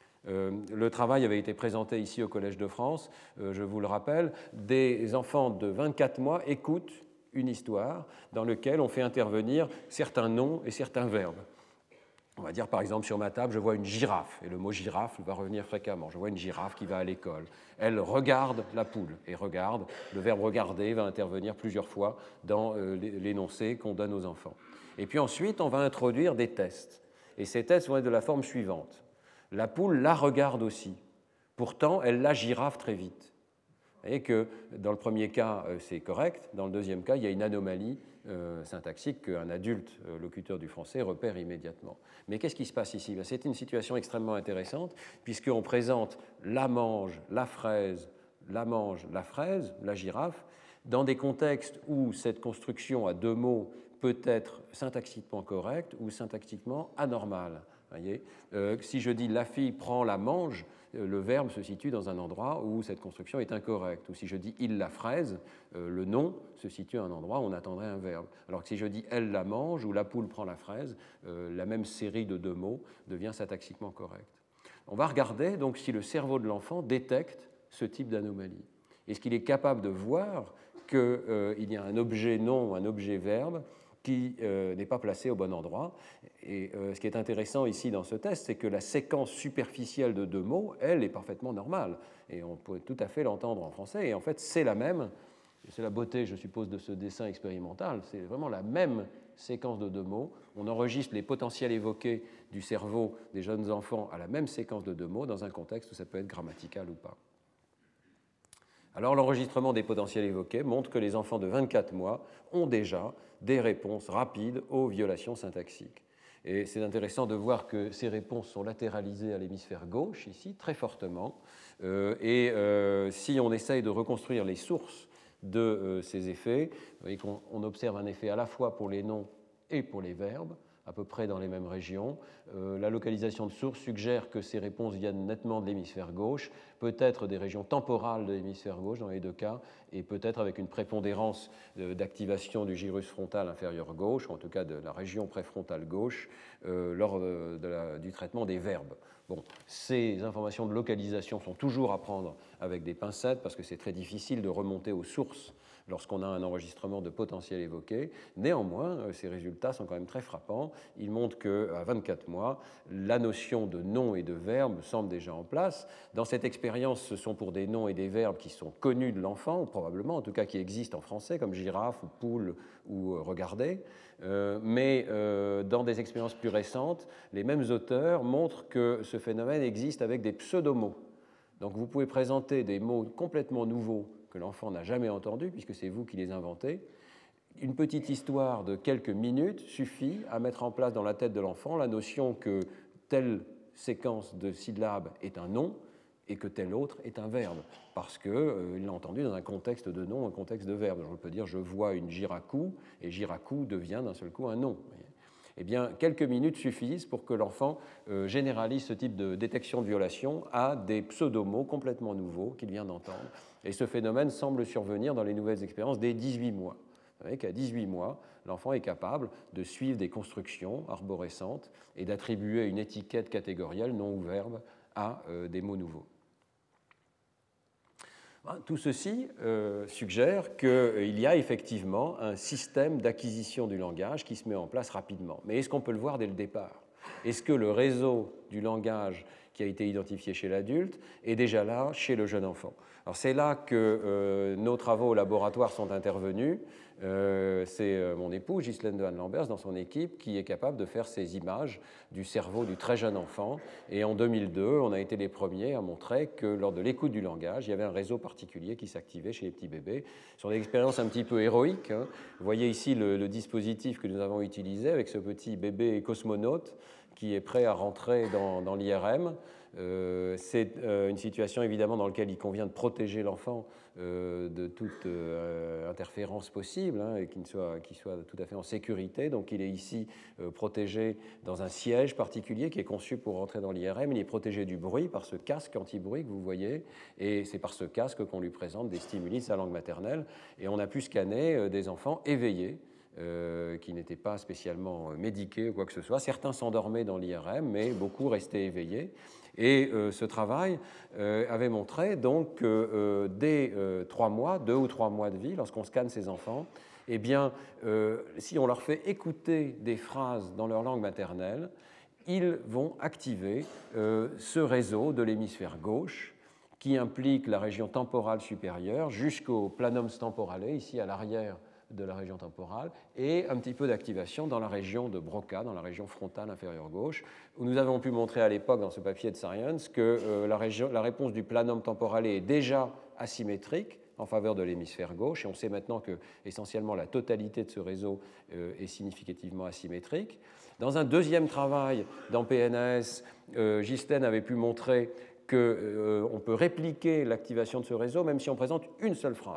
B: Le travail avait été présenté ici au Collège de France, je vous le rappelle, des enfants de 24 mois écoutent une histoire dans laquelle on fait intervenir certains noms et certains verbes. On va dire par exemple sur ma table, je vois une girafe, et le mot girafe va revenir fréquemment. Je vois une girafe qui va à l'école. Elle regarde la poule, et regarde, le verbe regarder va intervenir plusieurs fois dans l'énoncé qu'on donne aux enfants. Et puis ensuite, on va introduire des tests. Et ces tests vont être de la forme suivante. La poule la regarde aussi. Pourtant, elle la girafe très vite. Vous voyez que dans le premier cas, c'est correct. Dans le deuxième cas, il y a une anomalie syntaxique qu'un adulte locuteur du français repère immédiatement. Mais qu'est-ce qui se passe ici ? C'est une situation extrêmement intéressante puisqu'on présente la mange, la fraise, la mange, la fraise, la girafe, dans des contextes où cette construction à 2 mots peut être syntaxiquement correcte ou syntaxiquement anormale. Voyez, si je dis la fille prend la mange, le verbe se situe dans un endroit où cette construction est incorrecte. Ou si je dis il la fraise, le nom se situe à un endroit où on attendrait un verbe. Alors que si je dis elle la mange ou la poule prend la fraise, la même série de deux mots devient syntaxiquement correcte. On va regarder donc si le cerveau de l'enfant détecte ce type d'anomalie. Est-ce qu'il est capable de voir qu'il y a un objet nom ou un objet verbe qui n'est pas placé au bon endroit. Et ce qui est intéressant ici dans ce test, c'est que la séquence superficielle de deux mots, elle, est parfaitement normale. Et on peut tout à fait l'entendre en français. Et en fait, c'est la même, c'est la beauté, je suppose, de ce dessin expérimental, c'est vraiment la même séquence de deux mots. On enregistre les potentiels évoqués du cerveau des jeunes enfants à la même séquence de deux mots dans un contexte où ça peut être grammatical ou pas. Alors l'enregistrement des potentiels évoqués montre que les enfants de 24 mois ont déjà des réponses rapides aux violations syntaxiques. Et c'est intéressant de voir que ces réponses sont latéralisées à l'hémisphère gauche, ici, très fortement. Si on essaye de reconstruire les sources de ces effets, vous voyez qu'on observe un effet à la fois pour les noms et pour les verbes, à peu près dans les mêmes régions. La localisation de source suggère que ces réponses viennent nettement de l'hémisphère gauche, peut-être des régions temporales de l'hémisphère gauche dans les deux cas, et peut-être avec une prépondérance d'activation du gyrus frontal inférieur gauche, ou en tout cas de la région préfrontale gauche, lors du traitement des verbes. Bon, ces informations de localisation sont toujours à prendre avec des pincettes, parce que c'est très difficile de remonter aux sources lorsqu'on a un enregistrement de potentiel évoqué. Néanmoins, ces résultats sont quand même très frappants. Ils montrent qu'à 24 mois, la notion de nom et de verbe semble déjà en place. Dans cette expérience, ce sont pour des noms et des verbes qui sont connus de l'enfant, ou probablement, en tout cas qui existent en français, comme girafe ou poule ou regarder. Mais dans des expériences plus récentes, les mêmes auteurs montrent que ce phénomène existe avec des pseudomots. Donc vous pouvez présenter des mots complètement nouveaux que l'enfant n'a jamais entendus, puisque c'est vous qui les inventez. Une petite histoire de quelques minutes suffit à mettre en place dans la tête de l'enfant la notion que telle séquence de syllabes est un nom et que telle autre est un verbe, parce qu'il l'a entendu dans un contexte de nom, un contexte de verbe. Je peux dire « je vois une giracou » et « giracou » devient d'un seul coup un nom. Eh bien, quelques minutes suffisent pour que l'enfant généralise ce type de détection de violation à des pseudomots complètement nouveaux qu'il vient d'entendre. Et ce phénomène semble survenir dans les nouvelles expériences dès 18 mois. Vous savez qu'à 18 mois, l'enfant est capable de suivre des constructions arborescentes et d'attribuer une étiquette catégorielle, nom ou verbe, à des mots nouveaux. Tout ceci suggère qu'il y a effectivement un système d'acquisition du langage qui se met en place rapidement. Mais est-ce qu'on peut le voir dès le départ? Est-ce que le réseau du langage qui a été identifié chez l'adulte est déjà là chez le jeune enfant? Alors c'est là que nos travaux au laboratoire sont intervenus. C'est mon époux, Ghislaine Dehaene-Lambers, dans son équipe, qui est capable de faire ces images du cerveau du très jeune enfant. Et en 2002, on a été les premiers à montrer que lors de l'écoute du langage, il y avait un réseau particulier qui s'activait chez les petits bébés. Ce sont des expériences un petit peu héroïques. Vous voyez ici le dispositif que nous avons utilisé avec ce petit bébé cosmonaute qui est prêt à rentrer dans l'IRM. C'est une situation évidemment dans laquelle il convient de protéger l'enfant de toute interférence possible et qu'il soit tout à fait en sécurité. Donc il est ici protégé dans un siège particulier qui est conçu pour rentrer dans l'IRM. Il est protégé du bruit par ce casque anti-bruit que vous voyez, et c'est par ce casque qu'on lui présente des stimuli de sa langue maternelle. Et on a pu scanner des enfants éveillés qui n'étaient pas spécialement médiqués ou quoi que ce soit. Certains s'endormaient dans l'IRM, mais beaucoup restaient éveillés. Et ce travail avait montré donc que dès 3 mois, 2 ou 3 mois de vie, lorsqu'on scanne ces enfants, eh bien, si on leur fait écouter des phrases dans leur langue maternelle, ils vont activer ce réseau de l'hémisphère gauche qui implique la région temporale supérieure jusqu'au planum temporale, ici à l'arrière de la région temporale, et un petit peu d'activation dans la région de Broca, dans la région frontale inférieure gauche, où nous avons pu montrer à l'époque dans ce papier de Science que la réponse du planum temporale est déjà asymétrique en faveur de l'hémisphère gauche, et on sait maintenant que essentiellement la totalité de ce réseau est significativement asymétrique. Dans un deuxième travail dans PNAS, Ghislaine avait pu montrer qu'on peut répliquer l'activation de ce réseau même si on présente une seule phrase.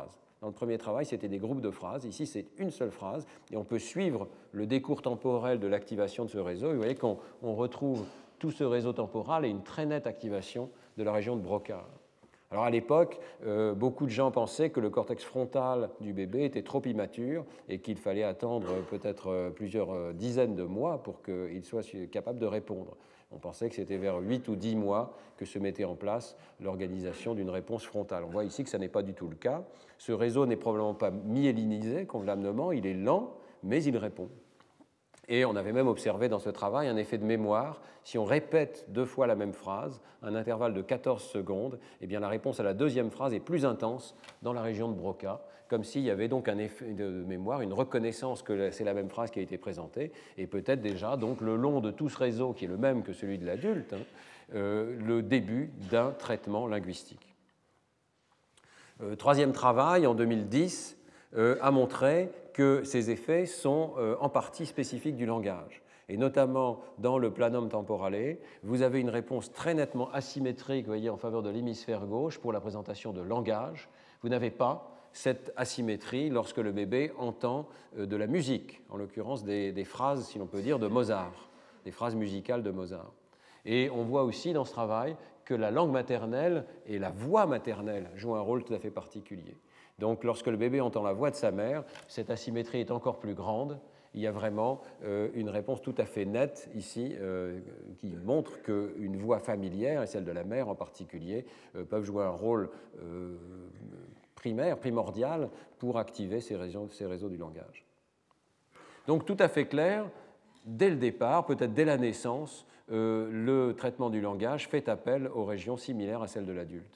B: Dans le premier travail, c'était des groupes de phrases. Ici, c'est une seule phrase. Et on peut suivre le décours temporel de l'activation de ce réseau. Et vous voyez qu'on retrouve tout ce réseau temporal et une très nette activation de la région de Broca. Alors à l'époque, beaucoup de gens pensaient que le cortex frontal du bébé était trop immature et qu'il fallait attendre peut-être plusieurs dizaines de mois pour qu'il soit capable de répondre. On pensait que c'était vers 8 ou 10 mois que se mettait en place l'organisation d'une réponse frontale. On voit ici que ça n'est pas du tout le cas. Ce réseau n'est probablement pas myélinisé convenablement, il est lent, mais il répond. Et on avait même observé dans ce travail un effet de mémoire. Si on répète 2 fois la même phrase, un intervalle de 14 secondes, eh bien la réponse à la deuxième phrase est plus intense dans la région de Broca, comme s'il y avait donc un effet de mémoire, une reconnaissance que c'est la même phrase qui a été présentée, et peut-être déjà donc le long de tout ce réseau, qui est le même que celui de l'adulte, le début d'un traitement linguistique. Troisième travail, en 2010, a montré que ces effets sont en partie spécifiques du langage. Et notamment dans le planum temporale, vous avez une réponse très nettement asymétrique, vous voyez, en faveur de l'hémisphère gauche pour la présentation de langage. Vous n'avez pas cette asymétrie lorsque le bébé entend de la musique, en l'occurrence des phrases, si l'on peut dire, de Mozart, des phrases musicales de Mozart. Et on voit aussi dans ce travail que la langue maternelle et la voix maternelle jouent un rôle tout à fait particulier. Donc lorsque le bébé entend la voix de sa mère, cette asymétrie est encore plus grande. Il y a vraiment une réponse tout à fait nette ici qui montre qu'une voix familière, et celle de la mère en particulier, peuvent jouer un rôle primordial pour activer ces réseaux du langage. Donc tout à fait clair, dès le départ, peut-être dès la naissance, le traitement du langage fait appel aux régions similaires à celles de l'adulte.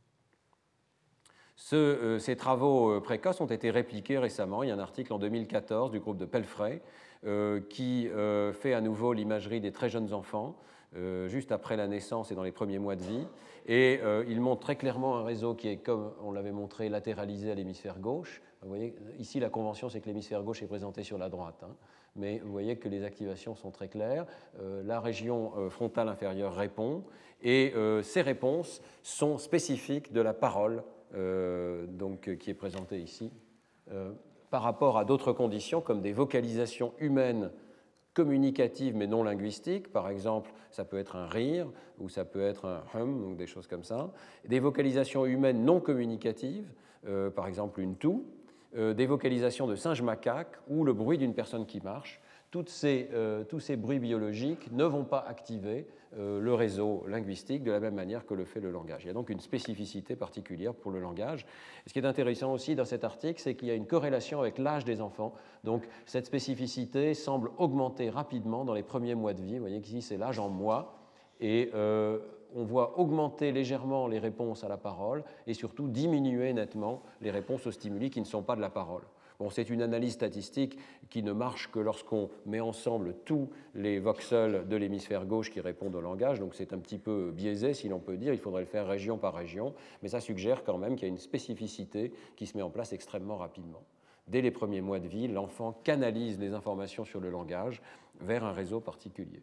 B: Ces travaux précoces ont été répliqués récemment. Il y a un article en 2014 du groupe de Pelfrey qui fait à nouveau l'imagerie des très jeunes enfants, juste après la naissance et dans les premiers mois de vie. Et il montre très clairement un réseau qui est, comme on l'avait montré, latéralisé à l'hémisphère gauche. Vous voyez, ici, la convention, c'est que l'hémisphère gauche est présenté sur la droite. Mais vous voyez que les activations sont très claires. La région frontale inférieure répond. Et ces réponses sont spécifiques de la parole qui est présentée ici, par rapport à d'autres conditions comme des vocalisations humaines communicatives mais non linguistiques. Par exemple, ça peut être un rire ou ça peut être un hum, donc des choses comme ça. Des vocalisations humaines non communicatives, par exemple une toux, des vocalisations de singe macaque ou le bruit d'une personne qui marche. Tous ces bruits biologiques ne vont pas activer le réseau linguistique de la même manière que le fait le langage. Il y a donc une spécificité particulière pour le langage. Et ce qui est intéressant aussi dans cet article, c'est qu'il y a une corrélation avec l'âge des enfants. Donc cette spécificité semble augmenter rapidement dans les premiers mois de vie. Vous voyez qu'ici, c'est l'âge en mois. Et on voit augmenter légèrement les réponses à la parole et surtout diminuer nettement les réponses aux stimuli qui ne sont pas de la parole. Bon, c'est une analyse statistique qui ne marche que lorsqu'on met ensemble tous les voxels de l'hémisphère gauche qui répondent au langage, donc c'est un petit peu biaisé si l'on peut dire, il faudrait le faire région par région, mais ça suggère quand même qu'il y a une spécificité qui se met en place extrêmement rapidement. Dès les premiers mois de vie, l'enfant canalise les informations sur le langage vers un réseau particulier.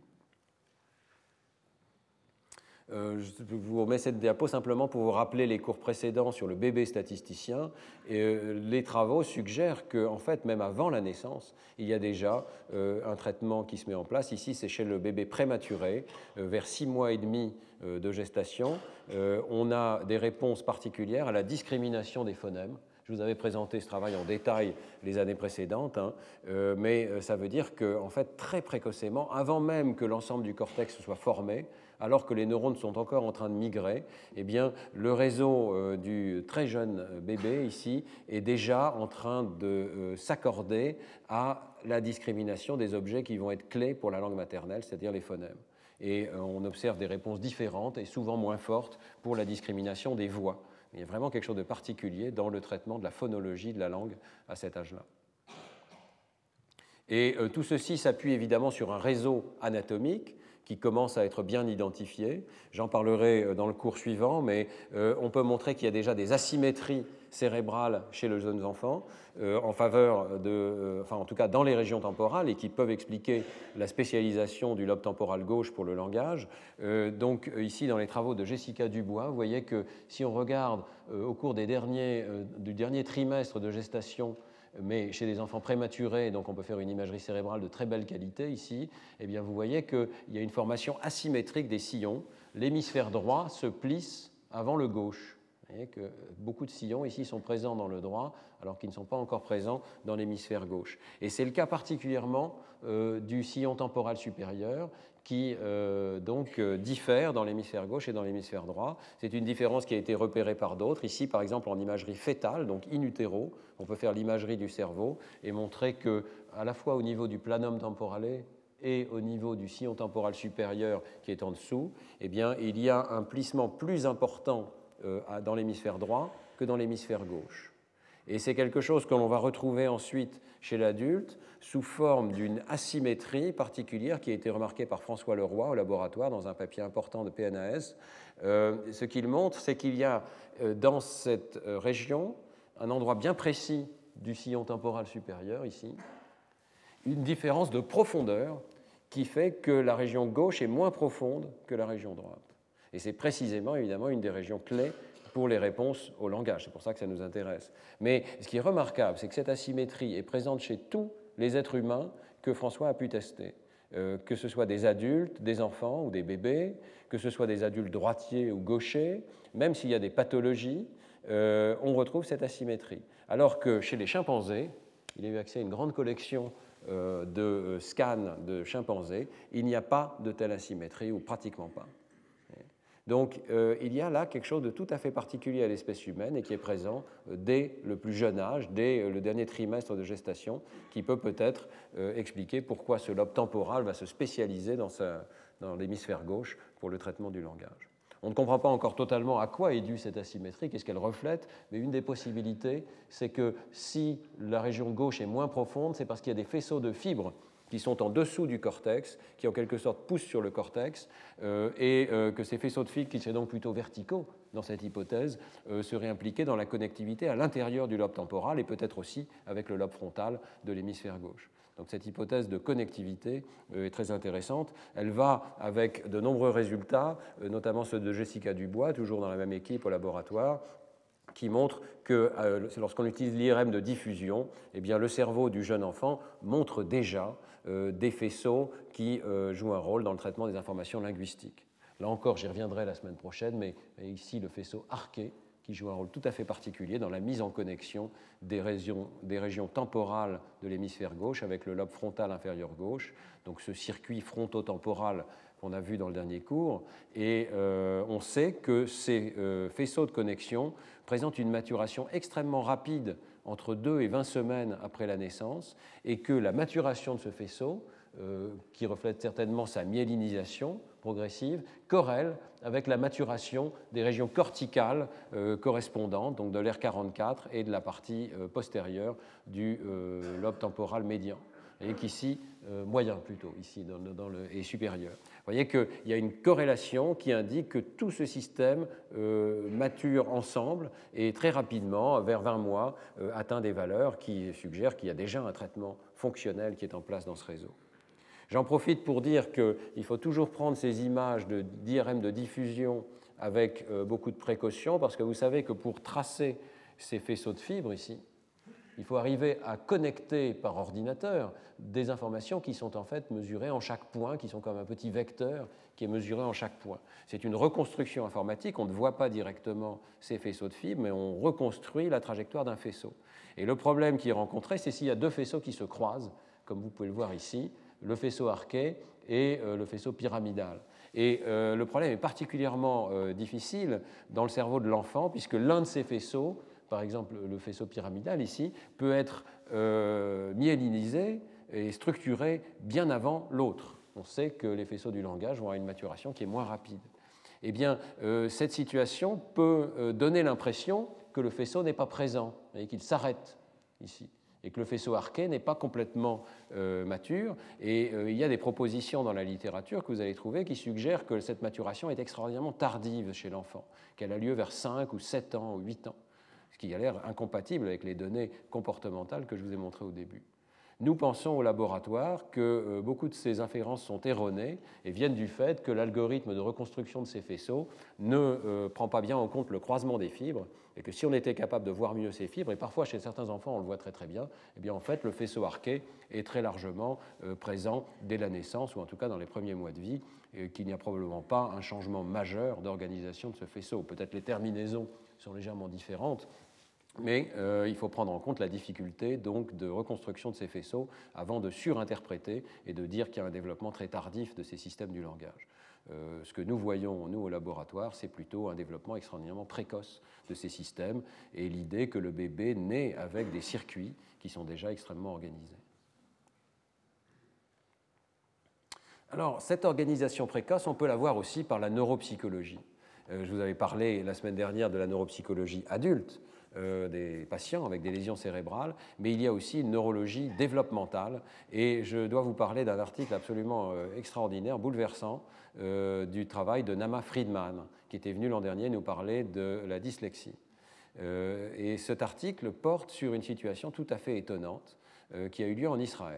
B: Je vous remets cette diapo simplement pour vous rappeler les cours précédents sur le bébé statisticien. Et les travaux suggèrent qu'en fait, même avant la naissance, il y a déjà un traitement qui se met en place. Ici, c'est chez le bébé prématuré, vers 6 mois et demi de gestation. On a des réponses particulières à la discrimination des phonèmes. Je vous avais présenté ce travail en détail les années précédentes, mais ça veut dire qu'en fait, très précocement, avant même que l'ensemble du cortex soit formé, alors que les neurones sont encore en train de migrer, eh bien, le réseau du très jeune bébé ici est déjà en train de s'accorder à la discrimination des objets qui vont être clés pour la langue maternelle, c'est-à-dire les phonèmes. Et on observe des réponses différentes et souvent moins fortes pour la discrimination des voix. Il y a vraiment quelque chose de particulier dans le traitement de la phonologie de la langue à cet âge-là. Et tout ceci s'appuie évidemment sur un réseau anatomique qui commencent à être bien identifiés. J'en parlerai dans le cours suivant, mais on peut montrer qu'il y a déjà des asymétries cérébrales chez les jeunes enfants en faveur enfin en tout cas dans les régions temporales et qui peuvent expliquer la spécialisation du lobe temporal gauche pour le langage. Donc ici, dans les travaux de Jessica Dubois, vous voyez que si on regarde au cours du dernier trimestre de gestation, mais chez les enfants prématurés, donc on peut faire une imagerie cérébrale de très belle qualité ici, eh bien vous voyez qu'il y a une formation asymétrique des sillons. L'hémisphère droit se plisse avant le gauche. Vous voyez que beaucoup de sillons ici sont présents dans le droit, alors qu'ils ne sont pas encore présents dans l'hémisphère gauche. Et c'est le cas particulièrement du sillon temporal supérieur, qui diffère dans l'hémisphère gauche et dans l'hémisphère droit. C'est une différence qui a été repérée par d'autres. Ici, par exemple, en imagerie fœtale, donc in utero, on peut faire l'imagerie du cerveau et montrer que, à la fois au niveau du planum temporale et au niveau du sillon temporal supérieur qui est en dessous, eh bien, il y a un plissement plus important dans l'hémisphère droit que dans l'hémisphère gauche. Et c'est quelque chose que l'on va retrouver ensuite chez l'adulte sous forme d'une asymétrie particulière qui a été remarquée par François Leroy au laboratoire dans un papier important de PNAS. Ce qu'il montre, c'est qu'il y a dans cette région, un endroit bien précis du sillon temporal supérieur, ici, une différence de profondeur qui fait que la région gauche est moins profonde que la région droite. Et c'est précisément, évidemment, une des régions clés pour les réponses au langage. C'est pour ça que ça nous intéresse. Mais ce qui est remarquable, c'est que cette asymétrie est présente chez tous les êtres humains que François a pu tester. Que ce soit des adultes, des enfants ou des bébés, que ce soit des adultes droitiers ou gauchers, même s'il y a des pathologies, on retrouve cette asymétrie. Alors que chez les chimpanzés, il a eu accès à une grande collection de scans de chimpanzés, il n'y a pas de telle asymétrie, ou pratiquement pas. Donc il y a là quelque chose de tout à fait particulier à l'espèce humaine et qui est présent dès le plus jeune âge, dès le dernier trimestre de gestation, qui peut peut-être expliquer pourquoi ce lobe temporal va se spécialiser dans l'hémisphère gauche pour le traitement du langage. On ne comprend pas encore totalement à quoi est due cette asymétrie, qu'est-ce qu'elle reflète, mais une des possibilités, c'est que si la région gauche est moins profonde, c'est parce qu'il y a des faisceaux de fibres qui sont en dessous du cortex, qui en quelque sorte poussent sur le cortex, et que ces faisceaux de fibres, qui seraient donc plutôt verticaux dans cette hypothèse, seraient impliqués dans la connectivité à l'intérieur du lobe temporal et peut-être aussi avec le lobe frontal de l'hémisphère gauche. Donc cette hypothèse de connectivité est très intéressante. Elle va avec de nombreux résultats, notamment ceux de Jessica Dubois, toujours dans la même équipe au laboratoire, qui montre que lorsqu'on utilise l'IRM de diffusion, eh bien, le cerveau du jeune enfant montre déjà des faisceaux qui jouent un rôle dans le traitement des informations linguistiques. Là encore, j'y reviendrai la semaine prochaine, mais ici, le faisceau arqué qui joue un rôle tout à fait particulier dans la mise en connexion des régions temporales de l'hémisphère gauche avec le lobe frontal inférieur gauche, donc ce circuit frontotemporal qu'on a vu dans le dernier cours, et on sait que ces faisceaux de connexion présentent une maturation extrêmement rapide entre 2 et 20 semaines après la naissance, et que la maturation de ce faisceau, qui reflète certainement sa myélinisation progressive, corrèle avec la maturation des régions corticales correspondantes, donc de l'R44 et de la partie postérieure du lobe temporal médian. Vous voyez qu'ici, moyen plutôt, ici, et supérieur. Vous voyez qu'il y a une corrélation qui indique que tout ce système mature ensemble et très rapidement, vers 20 mois, atteint des valeurs qui suggèrent qu'il y a déjà un traitement fonctionnel qui est en place dans ce réseau. J'en profite pour dire qu'il faut toujours prendre ces images d'IRM de diffusion avec beaucoup de précaution, parce que vous savez que pour tracer ces faisceaux de fibres ici, il faut arriver à connecter par ordinateur des informations qui sont en fait mesurées en chaque point, qui sont comme un petit vecteur qui est mesuré en chaque point. C'est une reconstruction informatique, on ne voit pas directement ces faisceaux de fibres, mais on reconstruit la trajectoire d'un faisceau. Et le problème qui est rencontré, c'est s'il y a deux faisceaux qui se croisent, comme vous pouvez le voir ici, le faisceau arqué et le faisceau pyramidal. Et le problème est particulièrement difficile dans le cerveau de l'enfant, puisque l'un de ces faisceaux, par exemple le faisceau pyramidal ici, peut être myélinisé et structuré bien avant l'autre. On sait que les faisceaux du langage vont avoir une maturation qui est moins rapide. Eh bien, cette situation peut donner l'impression que le faisceau n'est pas présent et qu'il s'arrête ici. et que le faisceau arqué n'est pas complètement mature. Et il y a des propositions dans la littérature que vous allez trouver qui suggèrent que cette maturation est extraordinairement tardive chez l'enfant, qu'elle a lieu vers 5 ou 7 ans ou 8 ans, ce qui a l'air incompatible avec les données comportementales que je vous ai montrées au début. Nous pensons au laboratoire que beaucoup de ces inférences sont erronées et viennent du fait que l'algorithme de reconstruction de ces faisceaux ne prend pas bien en compte le croisement des fibres et que si on était capable de voir mieux ces fibres, et parfois chez certains enfants on le voit très très bien, eh bien en fait le faisceau arqué est très largement présent dès la naissance ou en tout cas dans les premiers mois de vie, et qu'il n'y a probablement pas un changement majeur d'organisation de ce faisceau. Peut-être les terminaisons sont légèrement différentes, mais il faut prendre en compte la difficulté donc, de reconstruction de ces faisceaux avant de surinterpréter et de dire qu'il y a un développement très tardif de ces systèmes du langage. Ce que nous voyons, nous, au laboratoire, c'est plutôt un développement extraordinairement précoce de ces systèmes et l'idée que le bébé naît avec des circuits qui sont déjà extrêmement organisés. Alors, cette organisation précoce, on peut la voir aussi par la neuropsychologie. Je vous avais parlé la semaine dernière de la neuropsychologie adulte, des patients avec des lésions cérébrales, mais il y a aussi une neurologie développementale, et je dois vous parler d'un article absolument extraordinaire, bouleversant, du travail de Nama Friedman, qui était venu l'an dernier nous parler de la dyslexie. Et cet article porte sur une situation tout à fait étonnante qui a eu lieu en Israël.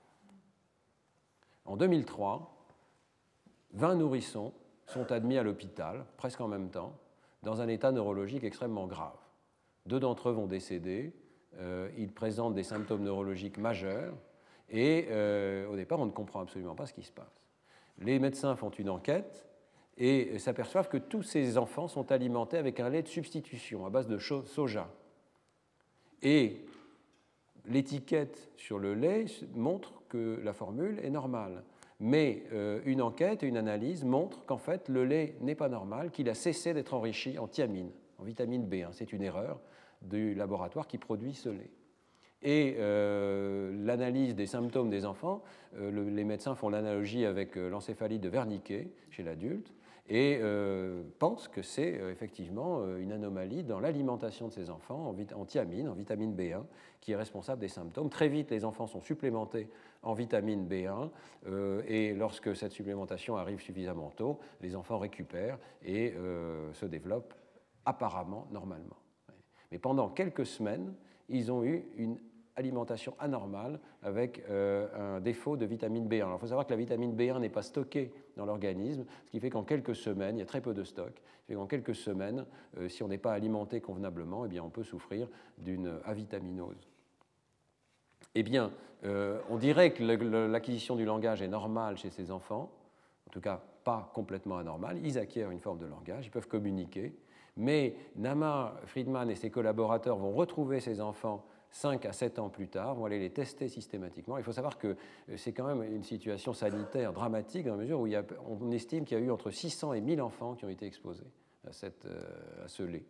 B: En 2003, 20 nourrissons sont admis à l'hôpital, presque en même temps, dans un état neurologique extrêmement grave. 2 d'entre eux vont décéder, ils présentent des symptômes neurologiques majeurs, et au départ, on ne comprend absolument pas ce qui se passe. Les médecins font une enquête et s'aperçoivent que tous ces enfants sont alimentés avec un lait de substitution à base de soja. Et l'étiquette sur le lait montre que la formule est normale. Mais une enquête et une analyse montrent qu'en fait, le lait n'est pas normal, qu'il a cessé d'être enrichi en thiamine, en vitamine B1. C'est une erreur du laboratoire qui produit ce lait. Et l'analyse des symptômes des enfants, les médecins font l'analogie avec l'encéphalite de Wernicke chez l'adulte et pensent que c'est effectivement une anomalie dans l'alimentation de ces enfants en thiamine, en vitamine B1, qui est responsable des symptômes. Très vite, les enfants sont supplémentés en vitamine B1 et lorsque cette supplémentation arrive suffisamment tôt, les enfants récupèrent et se développent apparemment normalement. Mais pendant quelques semaines, ils ont eu une alimentation anormale avec un défaut de vitamine B1. Alors, il faut savoir que la vitamine B1 n'est pas stockée dans l'organisme, ce qui fait qu'en quelques semaines, il y a très peu de stock, ce qui fait qu'en quelques semaines, si on n'est pas alimenté convenablement, eh bien, on peut souffrir d'une avitaminose. Eh bien, on dirait que l'acquisition du langage est normale chez ces enfants, en tout cas pas complètement anormale. Ils acquièrent une forme de langage, ils peuvent communiquer, mais Nama Friedman et ses collaborateurs vont retrouver ces enfants 5 à 7 ans plus tard, vont aller les tester systématiquement. Il faut savoir que c'est quand même une situation sanitaire dramatique dans la mesure où on estime qu'il y a eu entre 600 et 1000 enfants qui ont été exposés à ce lait.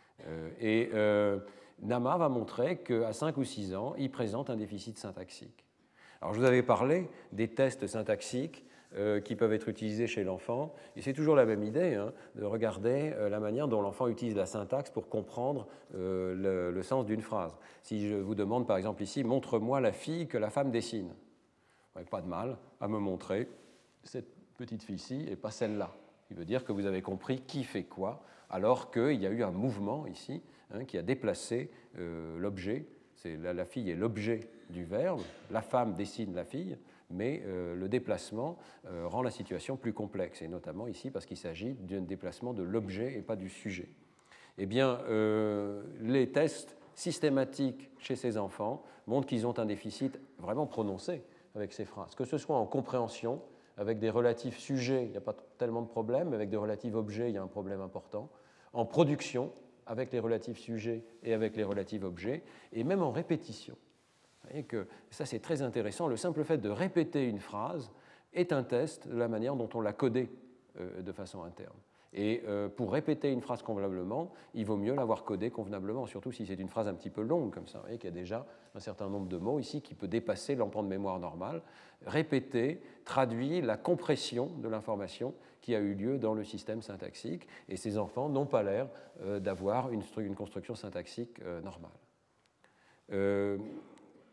B: Nama va montrer qu'à 5 ou 6 ans, il présente un déficit syntaxique. Alors, je vous avais parlé des tests syntaxiques qui peuvent être utilisés chez l'enfant. Et c'est toujours la même idée, de regarder la manière dont l'enfant utilise la syntaxe pour comprendre le sens d'une phrase. Si je vous demande, par exemple, ici, « Montre-moi la fille que la femme dessine », vous n'avez pas de mal à me montrer cette petite fille-ci et pas celle-là. Il veut dire que vous avez compris qui fait quoi, alors qu'il y a eu un mouvement ici qui a déplacé l'objet. La fille est l'objet du verbe, la femme dessine la fille, mais le déplacement rend la situation plus complexe, et notamment ici parce qu'il s'agit d'un déplacement de l'objet et pas du sujet. Eh bien, les tests systématiques chez ces enfants montrent qu'ils ont un déficit vraiment prononcé avec ces phrases, que ce soit en compréhension, avec des relatifs sujets, il n'y a pas tellement de problème, mais avec des relatifs objets, il y a un problème important, en production, avec les relatifs sujets et avec les relatifs objets, et même en répétition. Vous voyez que ça, c'est très intéressant. Le simple fait de répéter une phrase est un test de la manière dont on l'a codée de façon interne. Et pour répéter une phrase convenablement, il vaut mieux l'avoir codée convenablement, surtout si c'est une phrase un petit peu longue comme ça. Vous voyez qu'il y a déjà un certain nombre de mots ici qui peut dépasser l'empan de mémoire normal. Répéter traduit la compression de l'information qui a eu lieu dans le système syntaxique, et ces enfants n'ont pas l'air d'avoir une construction syntaxique normale.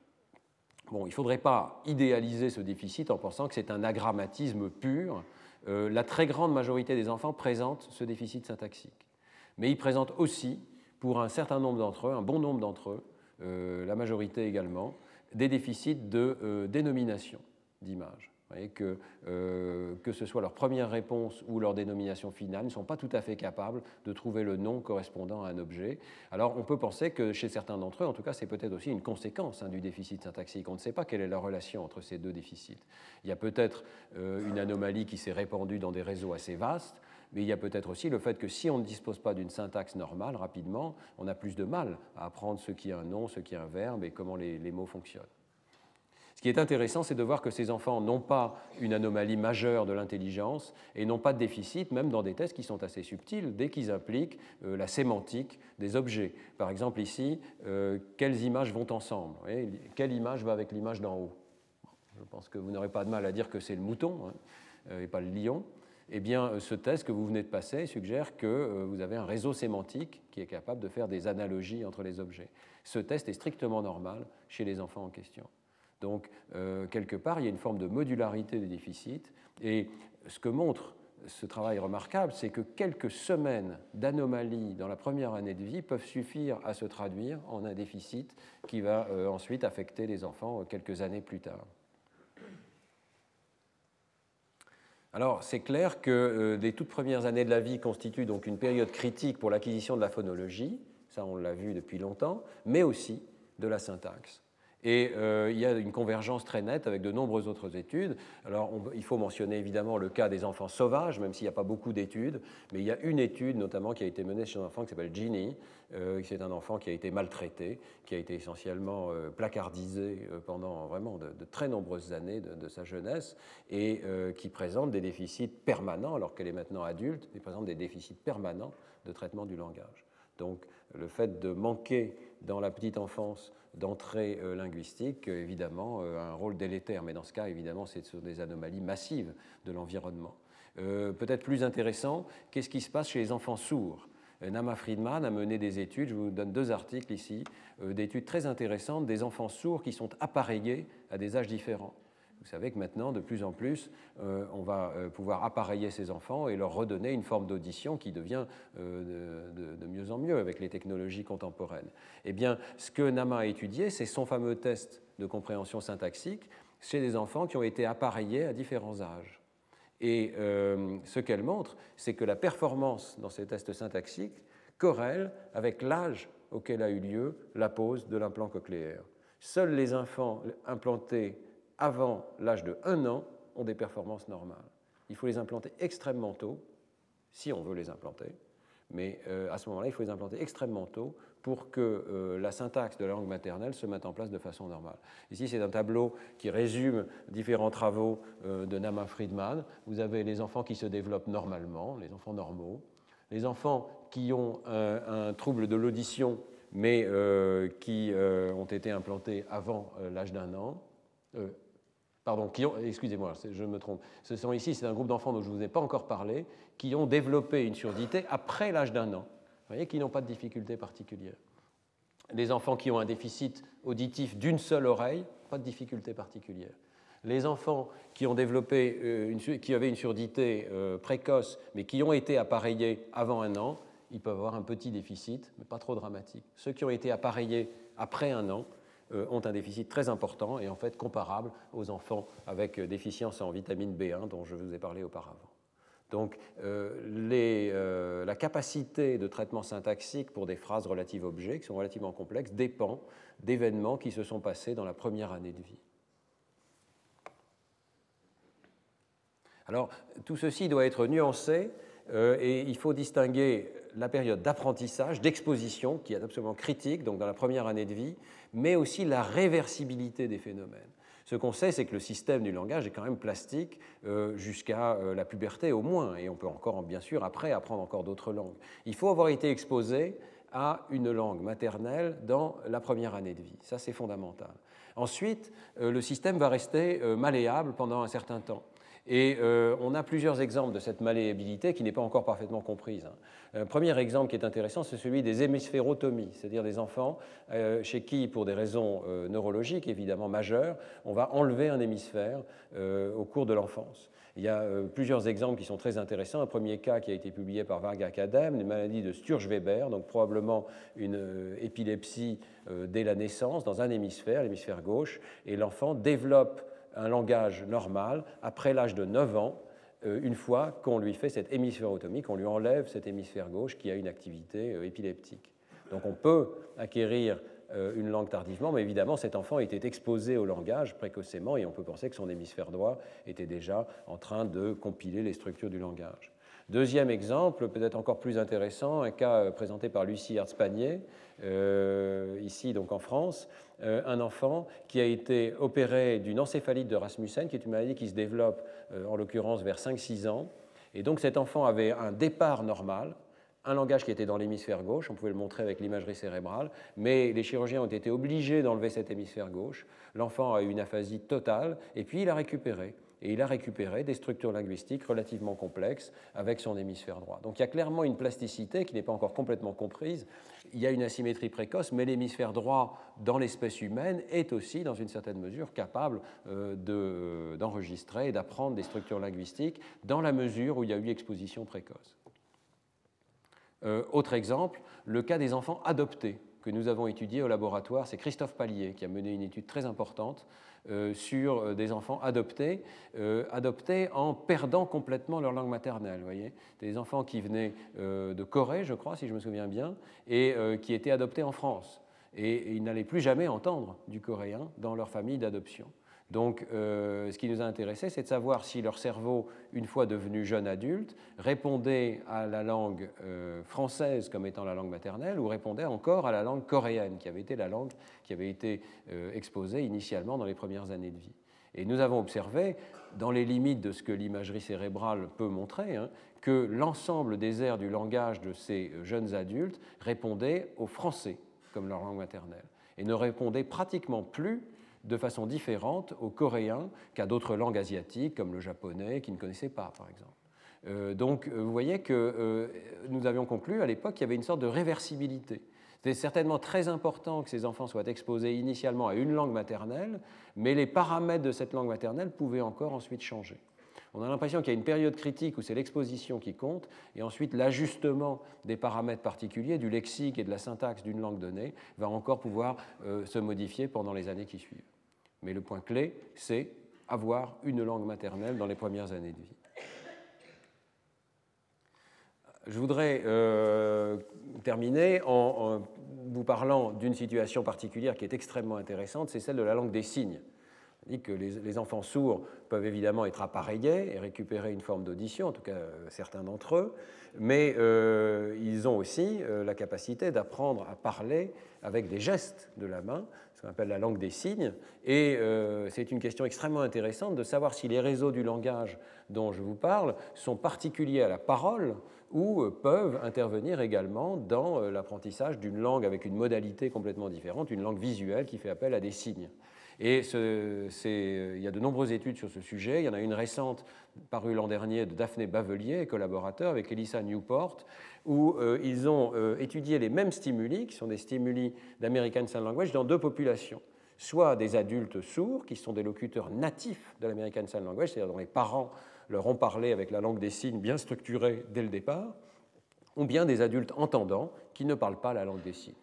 B: Bon, il ne faudrait pas idéaliser ce déficit en pensant que c'est un agrammatisme pur. La très grande majorité des enfants présentent ce déficit syntaxique. Mais ils présentent aussi, pour un certain nombre d'entre eux, un bon nombre d'entre eux, la majorité également, des déficits de dénomination d'images. Vous voyez que ce soit leur première réponse ou leur dénomination finale, ils ne sont pas tout à fait capables de trouver le nom correspondant à un objet. Alors on peut penser que chez certains d'entre eux, en tout cas c'est peut-être aussi une conséquence du déficit syntaxique. On ne sait pas quelle est la relation entre ces deux déficits. Il y a peut-être une anomalie qui s'est répandue dans des réseaux assez vastes, mais il y a peut-être aussi le fait que si on ne dispose pas d'une syntaxe normale rapidement, on a plus de mal à apprendre ce qui est un nom, ce qui est un verbe et comment les mots fonctionnent. Ce qui est intéressant, c'est de voir que ces enfants n'ont pas une anomalie majeure de l'intelligence et n'ont pas de déficit, même dans des tests qui sont assez subtils, dès qu'ils impliquent la sémantique des objets. Par exemple, ici, quelles images vont ensemble? Quelle image va avec l'image d'en haut? Je pense que vous n'aurez pas de mal à dire que c'est le mouton et pas le lion. Eh bien, ce test que vous venez de passer suggère que vous avez un réseau sémantique qui est capable de faire des analogies entre les objets. Ce test est strictement normal chez les enfants en question. Donc, quelque part, il y a une forme de modularité des déficits. Et ce que montre ce travail remarquable, c'est que quelques semaines d'anomalie dans la première année de vie peuvent suffire à se traduire en un déficit qui va ensuite affecter les enfants quelques années plus tard. Alors, c'est clair que les toutes premières années de la vie constituent donc une période critique pour l'acquisition de la phonologie, ça on l'a vu depuis longtemps, mais aussi de la syntaxe. Et il y a une convergence très nette avec de nombreuses autres études. Alors, il faut mentionner évidemment le cas des enfants sauvages, même s'il n'y a pas beaucoup d'études, mais il y a une étude notamment qui a été menée chez un enfant qui s'appelle Ginny, c'est un enfant qui a été maltraité, qui a été essentiellement placardisé pendant vraiment de très nombreuses années de sa jeunesse, et qui présente des déficits permanents, alors qu'elle est maintenant adulte, elle présente des déficits permanents de traitement du langage. Donc, le fait de manquer dans la petite enfance d'entrée linguistique, évidemment, a un rôle délétère. Mais dans ce cas, évidemment, c'est sur des anomalies massives de l'environnement. Peut-être plus intéressant, qu'est-ce qui se passe chez les enfants sourds? Nama Friedman a mené des études, je vous donne 2 articles ici, d'études très intéressantes des enfants sourds qui sont appareillés à des âges différents. Vous savez que maintenant, de plus en plus, on va pouvoir appareiller ces enfants et leur redonner une forme d'audition qui devient de mieux en mieux avec les technologies contemporaines. Eh bien, ce que Nama a étudié, c'est son fameux test de compréhension syntaxique chez des enfants qui ont été appareillés à différents âges. Et ce qu'elle montre, c'est que la performance dans ces tests syntaxiques corrèle avec l'âge auquel a eu lieu la pose de l'implant cochléaire. Seuls les enfants implantés avant l'âge de 1 an ont des performances normales. Il faut les implanter extrêmement tôt, si on veut les implanter, mais à ce moment-là, il faut les implanter extrêmement tôt pour que la syntaxe de la langue maternelle se mette en place de façon normale. Ici, c'est un tableau qui résume différents travaux de Nama Friedman. Vous avez les enfants qui se développent normalement, les enfants normaux, les enfants qui ont un trouble de l'audition, mais qui ont été implantés avant l'âge d'1 an, excusez-moi, je me trompe. Ce sont ici, c'est un groupe d'enfants dont je ne vous ai pas encore parlé, qui ont développé une surdité après l'âge d'1 an. Vous voyez, qui n'ont pas de difficulté particulière. Les enfants qui ont un déficit auditif d'une seule oreille, pas de difficulté particulière. Les enfants qui ont développé, qui avaient une surdité précoce, mais qui ont été appareillés avant 1 an, ils peuvent avoir un petit déficit, mais pas trop dramatique. Ceux qui ont été appareillés après 1 an, ont un déficit très important et en fait comparable aux enfants avec déficience en vitamine B1 dont je vous ai parlé auparavant. Donc la capacité de traitement syntaxique pour des phrases relatives objets qui sont relativement complexes dépend d'événements qui se sont passés dans la première année de vie. Alors tout ceci doit être nuancé et il faut distinguer la période d'apprentissage, d'exposition, qui est absolument critique, donc dans la première année de vie, mais aussi la réversibilité des phénomènes. Ce qu'on sait, c'est que le système du langage est quand même plastique jusqu'à la puberté au moins, et on peut encore, bien sûr, après apprendre encore d'autres langues. Il faut avoir été exposé à une langue maternelle dans la première année de vie. Ça, c'est fondamental. Ensuite, le système va rester malléable pendant un certain temps. Et on a plusieurs exemples de cette malléabilité qui n'est pas encore parfaitement comprise. Un premier exemple qui est intéressant, c'est celui des hémisphérotomies, c'est-à-dire des enfants chez qui, pour des raisons neurologiques évidemment majeures, on va enlever un hémisphère au cours de l'enfance. Il y a plusieurs exemples qui sont très intéressants. Un premier cas qui a été publié par Varga Kadem, une maladie de Sturge-Weber, donc probablement une épilepsie dès la naissance dans un hémisphère, l'hémisphère gauche, et l'enfant développe un langage normal après l'âge de 9 ans, une fois qu'on lui fait cette hémisphérotomie, qu'on lui enlève cet hémisphère gauche qui a une activité épileptique. Donc on peut acquérir une langue tardivement, mais évidemment cet enfant était exposé au langage précocement et on peut penser que son hémisphère droit était déjà en train de compiler les structures du langage. Deuxième exemple, peut-être encore plus intéressant, un cas présenté par Lucie Hertz-Panier, ici donc en France, un enfant qui a été opéré d'une encéphalite de Rasmussen, qui est une maladie qui se développe en l'occurrence vers 5-6 ans. Et donc cet enfant avait un départ normal, un langage qui était dans l'hémisphère gauche, on pouvait le montrer avec l'imagerie cérébrale, mais les chirurgiens ont été obligés d'enlever cet hémisphère gauche. L'enfant a eu une aphasie totale, et puis il a récupéré. Et il a récupéré des structures linguistiques relativement complexes avec son hémisphère droit. Donc il y a clairement une plasticité qui n'est pas encore complètement comprise. Il y a une asymétrie précoce, mais l'hémisphère droit dans l'espèce humaine est aussi, dans une certaine mesure, capable d'enregistrer et d'apprendre des structures linguistiques dans la mesure où il y a eu exposition précoce. Autre exemple, le cas des enfants adoptés que nous avons étudié au laboratoire, c'est Christophe Pallier qui a mené une étude très importante sur des enfants adoptés en perdant complètement leur langue maternelle. Vous voyez, des enfants qui venaient de Corée, je crois, si je me souviens bien, et qui étaient adoptés en France. Et ils n'allaient plus jamais entendre du coréen dans leur famille d'adoption. Donc, ce qui nous a intéressé, c'est de savoir si leur cerveau, une fois devenu jeune adulte, répondait à la langue française comme étant la langue maternelle ou répondait encore à la langue coréenne, qui avait été la langue qui avait été exposée initialement dans les premières années de vie. Et nous avons observé, dans les limites de ce que l'imagerie cérébrale peut montrer, que l'ensemble des aires du langage de ces jeunes adultes répondaient au français comme leur langue maternelle et ne répondaient pratiquement plus de façon différente au coréen qu'à d'autres langues asiatiques, comme le japonais, qu'ils ne connaissaient pas, par exemple. Donc, vous voyez que nous avions conclu à l'époque qu'il y avait une sorte de réversibilité. C'était certainement très important que ces enfants soient exposés initialement à une langue maternelle, mais les paramètres de cette langue maternelle pouvaient encore ensuite changer. On a l'impression qu'il y a une période critique où c'est l'exposition qui compte, et ensuite l'ajustement des paramètres particuliers, du lexique et de la syntaxe d'une langue donnée, va encore pouvoir se modifier pendant les années qui suivent. Mais le point clé, c'est avoir une langue maternelle dans les premières années de vie. Je voudrais terminer en vous parlant d'une situation particulière qui est extrêmement intéressante, c'est celle de la langue des signes. On dit que les enfants sourds peuvent évidemment être appareillés et récupérer une forme d'audition, en tout cas certains d'entre eux, mais ils ont aussi la capacité d'apprendre à parler avec des gestes de la main, ce qu'on appelle la langue des signes, et c'est une question extrêmement intéressante de savoir si les réseaux du langage dont je vous parle sont particuliers à la parole ou peuvent intervenir également dans l'apprentissage d'une langue avec une modalité complètement différente, une langue visuelle qui fait appel à des signes. Et il y a de nombreuses études sur ce sujet. Il y en a une récente parue l'an dernier de Daphné Bavelier et collaborateurs avec Elissa Newport, où ils ont étudié les mêmes stimuli, qui sont des stimuli d'American Sign Language, dans deux populations. Soit des adultes sourds, qui sont des locuteurs natifs de l'American Sign Language, c'est-à-dire dont les parents leur ont parlé avec la langue des signes bien structurée dès le départ, ou bien des adultes entendants qui ne parlent pas la langue des signes.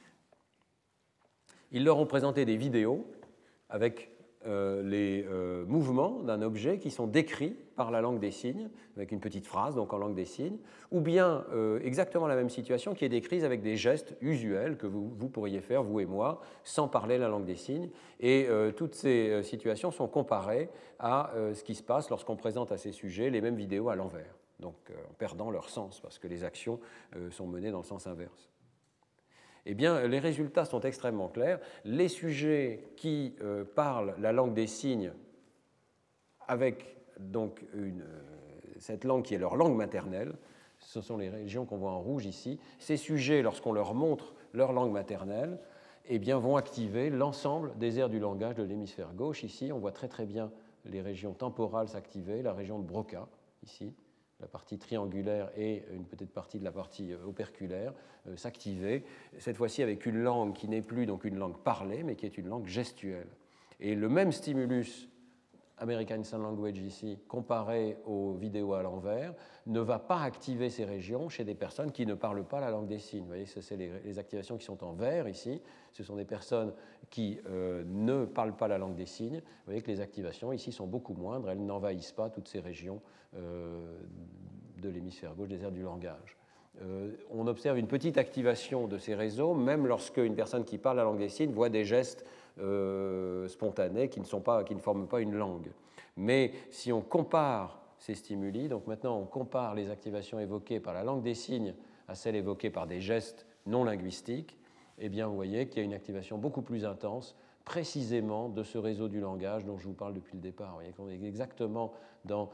B: Ils leur ont présenté des vidéos avec les mouvements d'un objet qui sont décrits par la langue des signes, avec une petite phrase, donc en langue des signes, ou bien exactement la même situation qui est décrite avec des gestes usuels que vous pourriez faire, vous et moi, sans parler la langue des signes. Et toutes ces situations sont comparées à ce qui se passe lorsqu'on présente à ces sujets les mêmes vidéos à l'envers, donc en perdant leur sens, parce que les actions sont menées dans le sens inverse. Eh bien, les résultats sont extrêmement clairs. Les sujets qui parlent la langue des signes avec donc cette langue qui est leur langue maternelle, ce sont les régions qu'on voit en rouge ici, ces sujets, lorsqu'on leur montre leur langue maternelle, eh bien, vont activer l'ensemble des aires du langage de l'hémisphère gauche. Ici, on voit très très bien les régions temporales s'activaient, la région de Broca, ici, la partie triangulaire et une petite partie de la partie operculaire s'activaient, cette fois-ci avec une langue qui n'est plus donc une langue parlée, mais qui est une langue gestuelle. Et le même stimulus American Sign Language ici, comparé aux vidéos à l'envers, ne va pas activer ces régions chez des personnes qui ne parlent pas la langue des signes. Vous voyez, c'est les activations qui sont en vert ici. Ce sont des personnes qui ne parlent pas la langue des signes. Vous voyez que les activations ici sont beaucoup moindres. Elles n'envahissent pas toutes ces régions de l'hémisphère gauche des aires du langage. On observe une petite activation de ces réseaux, même lorsque une personne qui parle la langue des signes voit des gestes spontanés qui ne forment pas une langue. Mais si on compare ces stimuli, donc maintenant on compare les activations évoquées par la langue des signes à celles évoquées par des gestes non linguistiques, eh bien vous voyez qu'il y a une activation beaucoup plus intense précisément de ce réseau du langage dont je vous parle depuis le départ. Vous voyez qu'on est exactement dans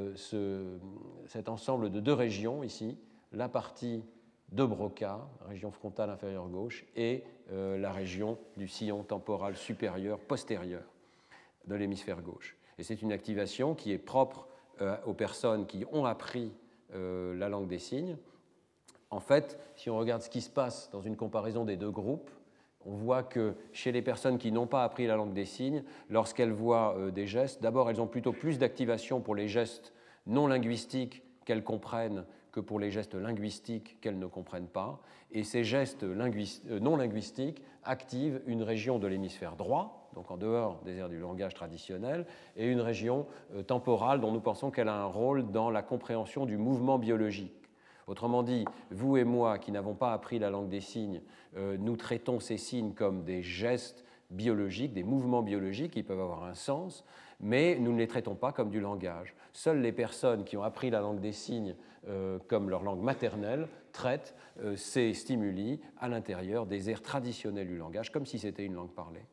B: cet ensemble de deux régions ici, la partie de Broca, région frontale inférieure gauche, et la région du sillon temporal supérieur postérieur de l'hémisphère gauche. Et c'est une activation qui est propre aux personnes qui ont appris la langue des signes. En fait, si on regarde ce qui se passe dans une comparaison des deux groupes, on voit que chez les personnes qui n'ont pas appris la langue des signes, lorsqu'elles voient des gestes, d'abord elles ont plutôt plus d'activation pour les gestes non linguistiques qu'elles comprennent que pour les gestes linguistiques qu'elles ne comprennent pas. Et ces gestes non linguistiques activent une région de l'hémisphère droit, donc en dehors des aires du langage traditionnel, et une région temporale dont nous pensons qu'elle a un rôle dans la compréhension du mouvement biologique. Autrement dit, vous et moi qui n'avons pas appris la langue des signes, nous traitons ces signes comme des gestes biologiques, des mouvements biologiques qui peuvent avoir un sens, mais nous ne les traitons pas comme du langage. Seules les personnes qui ont appris la langue des signes comme leur langue maternelle traitent ces stimuli à l'intérieur des aires traditionnelles du langage, comme si c'était une langue parlée.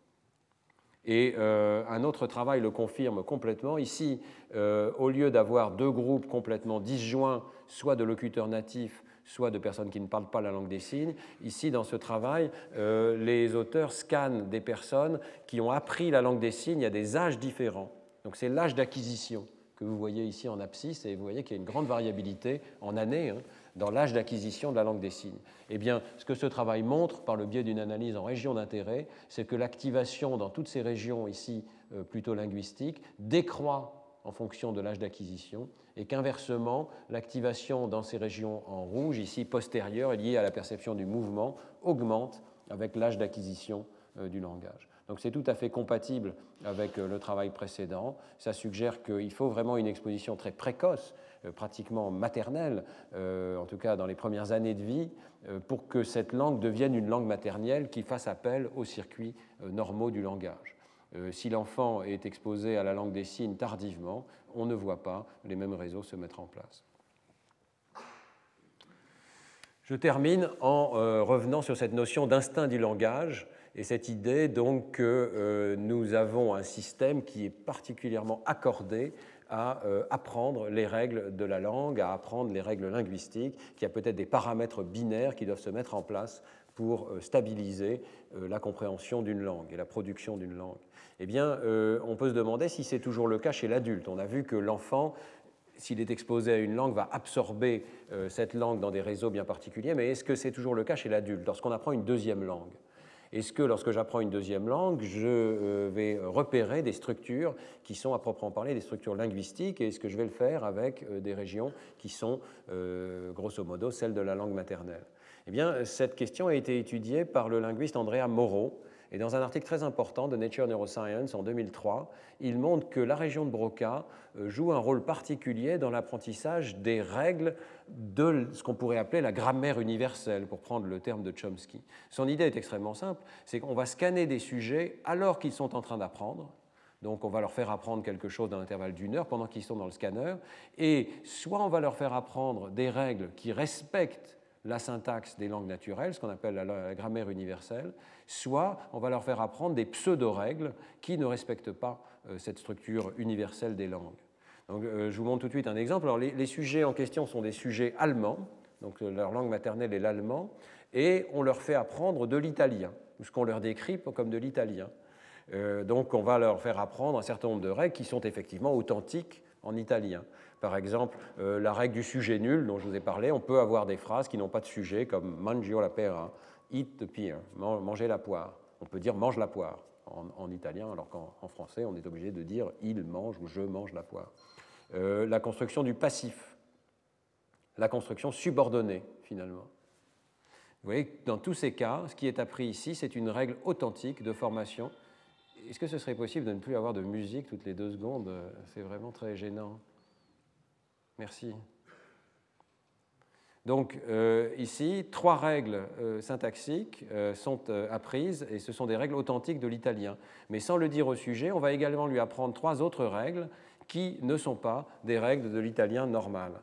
B: Et un autre travail le confirme complètement. Ici, au lieu d'avoir deux groupes complètement disjoints, soit de locuteurs natifs, soit de personnes qui ne parlent pas la langue des signes, ici, dans ce travail, les auteurs scannent des personnes qui ont appris la langue des signes à des âges différents. Donc c'est l'âge d'acquisition que vous voyez ici en abscisse, et vous voyez qu'il y a une grande variabilité en années dans l'âge d'acquisition de la langue des signes. Eh bien, ce que ce travail montre, par le biais d'une analyse en région d'intérêt, c'est que l'activation dans toutes ces régions ici, plutôt linguistiques, décroît en fonction de l'âge d'acquisition, et qu'inversement, l'activation dans ces régions en rouge, ici postérieures, liée à la perception du mouvement, augmente avec l'âge d'acquisition du langage. Donc c'est tout à fait compatible avec le travail précédent. Ça suggère qu'il faut vraiment une exposition très précoce, pratiquement maternelle, en tout cas dans les premières années de vie, pour que cette langue devienne une langue maternelle qui fasse appel aux circuits normaux du langage. Si l'enfant est exposé à la langue des signes tardivement, on ne voit pas les mêmes réseaux se mettre en place. Je termine en revenant sur cette notion d'instinct du langage et cette idée donc que nous avons un système qui est particulièrement accordé à apprendre les règles de la langue, à apprendre les règles linguistiques, qu'il y a peut-être des paramètres binaires qui doivent se mettre en place pour stabiliser la compréhension d'une langue et la production d'une langue. Eh bien, on peut se demander si c'est toujours le cas chez l'adulte. On a vu que l'enfant, s'il est exposé à une langue, va absorber cette langue dans des réseaux bien particuliers, mais est-ce que c'est toujours le cas chez l'adulte, lorsqu'on apprend une deuxième langue ? Est-ce que lorsque j'apprends une deuxième langue, je vais repérer des structures qui sont à proprement parler des structures linguistiques, et est-ce que je vais le faire avec des régions qui sont grosso modo celles de la langue maternelle ? Eh bien, cette question a été étudiée par le linguiste Andrea Moro, et dans un article très important de Nature Neuroscience en 2003, il montre que la région de Broca joue un rôle particulier dans l'apprentissage des règles de ce qu'on pourrait appeler la grammaire universelle, pour prendre le terme de Chomsky. Son idée est extrêmement simple, c'est qu'on va scanner des sujets alors qu'ils sont en train d'apprendre. Donc on va leur faire apprendre quelque chose dans l'intervalle d'une heure pendant qu'ils sont dans le scanner, et soit on va leur faire apprendre des règles qui respectent la syntaxe des langues naturelles, ce qu'on appelle la grammaire universelle, soit on va leur faire apprendre des pseudo-règles qui ne respectent pas cette structure universelle des langues. Donc, je vous montre tout de suite un exemple. Alors, les sujets en question sont des sujets allemands, donc leur langue maternelle est l'allemand, et on leur fait apprendre de l'italien, ou ce qu'on leur décrit comme de l'italien. Donc on va leur faire apprendre un certain nombre de règles qui sont effectivement authentiques en italien. Par exemple, la règle du sujet nul dont je vous ai parlé, on peut avoir des phrases qui n'ont pas de sujet, comme mangio la pera, eat the pear, manger la poire. On peut dire mange la poire en italien, alors qu'en français, on est obligé de dire il mange ou je mange la poire. La construction du passif, la construction subordonnée, finalement. Vous voyez que dans tous ces cas, ce qui est appris ici, c'est une règle authentique de formation. Est-ce que ce serait possible de ne plus avoir de musique toutes les 2 secondes? C'est vraiment très gênant. Merci. Donc ici, 3 règles syntaxiques sont apprises et ce sont des règles authentiques de l'italien. Mais sans le dire au sujet, on va également lui apprendre 3 autres règles qui ne sont pas des règles de l'italien normal.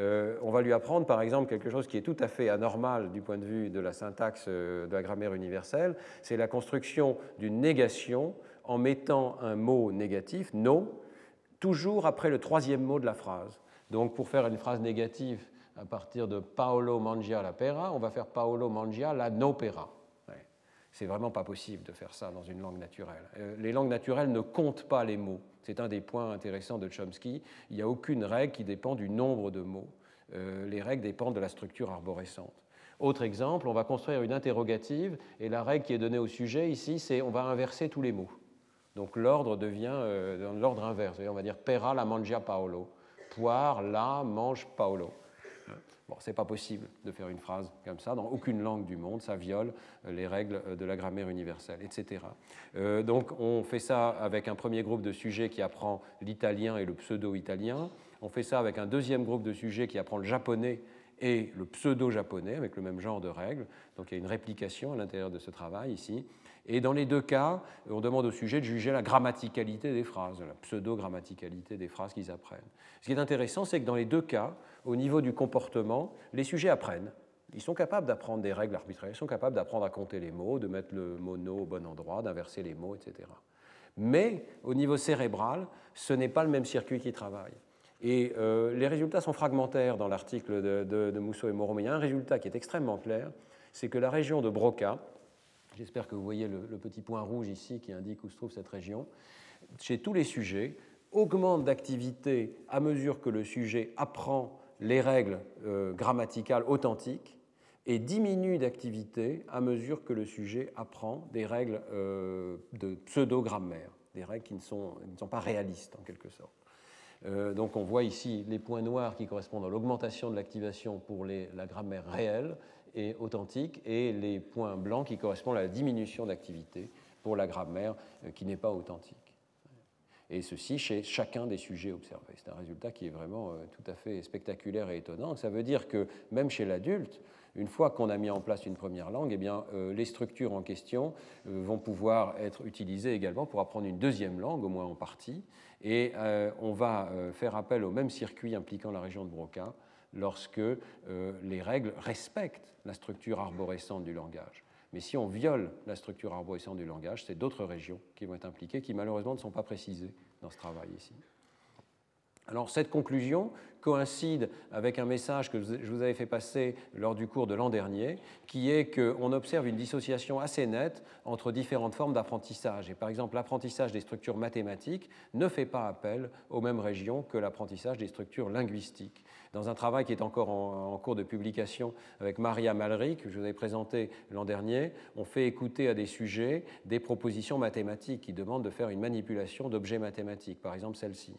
B: On va lui apprendre par exemple quelque chose qui est tout à fait anormal du point de vue de la syntaxe de la grammaire universelle, c'est la construction d'une négation en mettant un mot négatif, no, toujours après le 3e mot de la phrase. Donc pour faire une phrase négative à partir de Paolo mangia la pera, on va faire Paolo mangia la no pera. Ouais. C'est vraiment pas possible de faire ça dans une langue naturelle. Les langues naturelles ne comptent pas les mots. C'est un des points intéressants de Chomsky. Il n'y a aucune règle qui dépend du nombre de mots. Les règles dépendent de la structure arborescente. Autre exemple, on va construire une interrogative et la règle qui est donnée au sujet ici, c'est on va inverser tous les mots. Donc l'ordre devient dans l'ordre inverse. On va dire pera la mangia Paolo. Poire la mange Paolo. Bon, ce n'est pas possible de faire une phrase comme ça dans aucune langue du monde, ça viole les règles de la grammaire universelle, etc. Donc on fait ça avec un premier groupe de sujets qui apprend l'italien et le pseudo-italien. On fait ça avec un deuxième groupe de sujets qui apprend le japonais et le pseudo-japonais avec le même genre de règles. Donc il y a une réplication à l'intérieur de ce travail ici. Et dans les 2 cas, on demande au sujet de juger la grammaticalité des phrases, la pseudo-grammaticalité des phrases qu'ils apprennent. Ce qui est intéressant, c'est que dans les 2 cas, au niveau du comportement, les sujets apprennent. Ils sont capables d'apprendre des règles arbitraires, ils sont capables d'apprendre à compter les mots, de mettre le mot no au bon endroit, d'inverser les mots, etc. Mais au niveau cérébral, ce n'est pas le même circuit qui travaille. Et les résultats sont fragmentaires dans l'article de Musso et Moreau, mais il y a un résultat qui est extrêmement clair, c'est que la région de Broca, j'espère que vous voyez le petit point rouge ici qui indique où se trouve cette région, chez tous les sujets, augmente d'activité à mesure que le sujet apprend les règles grammaticales authentiques et diminue d'activité à mesure que le sujet apprend des règles de pseudo-grammaire, des règles qui ne sont pas réalistes en quelque sorte. Donc on voit ici les points noirs qui correspondent à l'augmentation de l'activation pour la grammaire réelle et authentique et les points blancs qui correspondent à la diminution d'activité pour la grammaire qui n'est pas authentique. Et ceci chez chacun des sujets observés. C'est un résultat qui est vraiment tout à fait spectaculaire et étonnant. Ça veut dire que même chez l'adulte, une fois qu'on a mis en place une première langue, eh bien, les structures en question vont pouvoir être utilisées également pour apprendre une deuxième langue, au moins en partie. Et on va faire appel au même circuit impliquant la région de Broca lorsque les règles respectent la structure arborescente du langage. Mais si on viole la structure arborescente du langage, c'est d'autres régions qui vont être impliquées, qui malheureusement ne sont pas précisées dans ce travail ici. Alors cette conclusion coïncide avec un message que je vous avais fait passer lors du cours de l'an dernier, qui est qu'on observe une dissociation assez nette entre différentes formes d'apprentissage. Et par exemple, l'apprentissage des structures mathématiques ne fait pas appel aux mêmes régions que l'apprentissage des structures linguistiques. Dans un travail qui est encore en cours de publication avec Maria Malry, que je vous avais présenté l'an dernier, on fait écouter à des sujets des propositions mathématiques qui demandent de faire une manipulation d'objets mathématiques, par exemple celle-ci.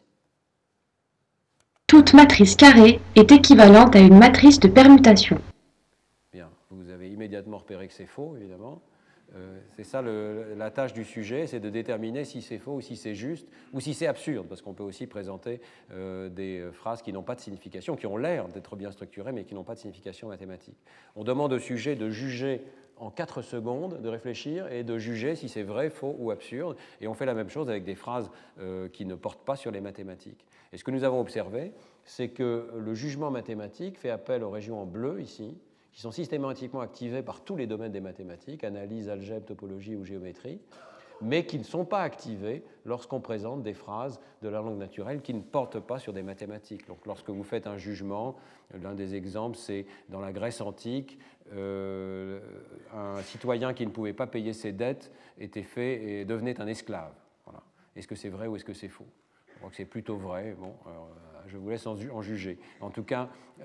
C: Toute matrice carrée est équivalente à une matrice de permutation.
B: Bien, vous avez immédiatement repéré que c'est faux, évidemment. C'est ça la tâche du sujet, c'est de déterminer si c'est faux ou si c'est juste ou si c'est absurde, parce qu'on peut aussi présenter des phrases qui n'ont pas de signification, qui ont l'air d'être bien structurées, mais qui n'ont pas de signification mathématique. On demande au sujet de juger en 4 secondes, de réfléchir et de juger si c'est vrai, faux ou absurde. Et on fait la même chose avec des phrases qui ne portent pas sur les mathématiques. Et ce que nous avons observé, c'est que le jugement mathématique fait appel aux régions en bleu ici, qui sont systématiquement activées par tous les domaines des mathématiques, analyse, algèbre, topologie ou géométrie, mais qui ne sont pas activées lorsqu'on présente des phrases de la langue naturelle qui ne portent pas sur des mathématiques. Donc, lorsque vous faites un jugement, l'un des exemples, c'est dans la Grèce antique, un citoyen qui ne pouvait pas payer ses dettes était fait et devenait un esclave. Voilà. Est-ce que c'est vrai ou est-ce que c'est faux? Je crois que c'est plutôt vrai. Bon, je vous laisse en juger. En tout cas,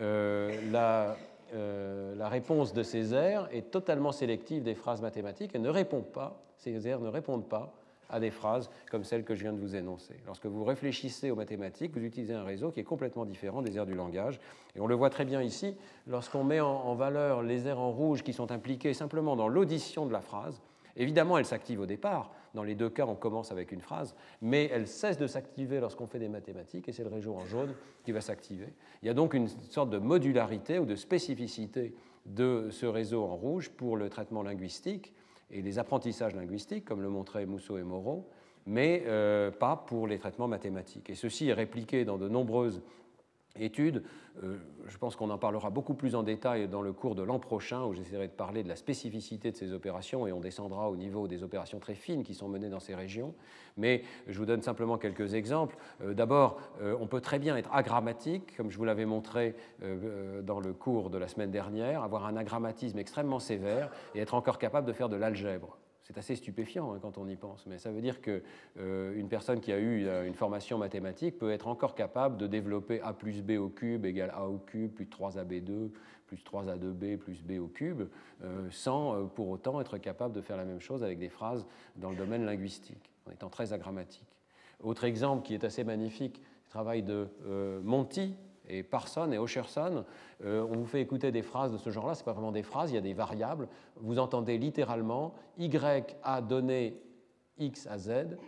B: la réponse de ces aires est totalement sélective des phrases mathématiques et ne répond pas, ces aires ne répondent pas à des phrases comme celles que je viens de vous énoncer. Lorsque vous réfléchissez aux mathématiques, vous utilisez un réseau qui est complètement différent des aires du langage. Et on le voit très bien ici, lorsqu'on met en valeur les aires en rouge qui sont impliquées simplement dans l'audition de la phrase. Évidemment, elles s'activent au départ. Dans les deux cas, on commence avec une phrase, mais elles cessent de s'activer lorsqu'on fait des mathématiques, et c'est le réseau en jaune qui va s'activer. Il y a donc une sorte de modularité ou de spécificité de ce réseau en rouge pour le traitement linguistique et les apprentissages linguistiques, comme le montraient Mousseau et Moreau, mais pas pour les traitements mathématiques. Et ceci est répliqué dans de nombreuses études. Je pense qu'on en parlera beaucoup plus en détail dans le cours de l'an prochain, où j'essaierai de parler de la spécificité de ces opérations, et on descendra au niveau des opérations très fines qui sont menées dans ces régions. Mais je vous donne simplement quelques exemples. D'abord, on peut très bien être agrammatique, comme je vous l'avais montré dans le cours de la semaine dernière, avoir un agrammatisme extrêmement sévère et être encore capable de faire de l'algèbre. C'est assez stupéfiant quand on y pense, mais ça veut dire qu'une personne qui a eu une formation mathématique peut être encore capable de développer a plus b au cube égale a au cube plus 3ab2 plus 3a2b plus b au cube, sans pour autant être capable de faire la même chose avec des phrases dans le domaine linguistique, en étant très agrammatique. Autre exemple qui est assez magnifique, le travail de Monti et Parson et Oscherson, on vous fait écouter des phrases de ce genre-là, ce n'est pas vraiment des phrases, il y a des variables. Vous entendez littéralement y a donné x à z.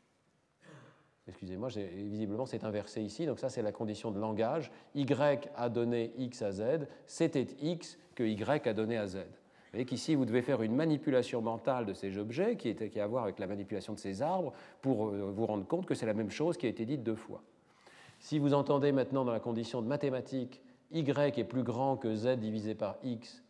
B: Excusez-moi, visiblement c'est inversé ici, donc ça c'est la condition de langage. Y a donné x à z, c'était x que y a donné à z. Vous voyez qu'ici vous devez faire une manipulation mentale de ces objets qui a à voir avec la manipulation de ces arbres pour vous rendre compte que c'est la même chose qui a été dite deux fois. Si vous entendez maintenant dans la condition de mathématiques y est plus grand que z divisé par x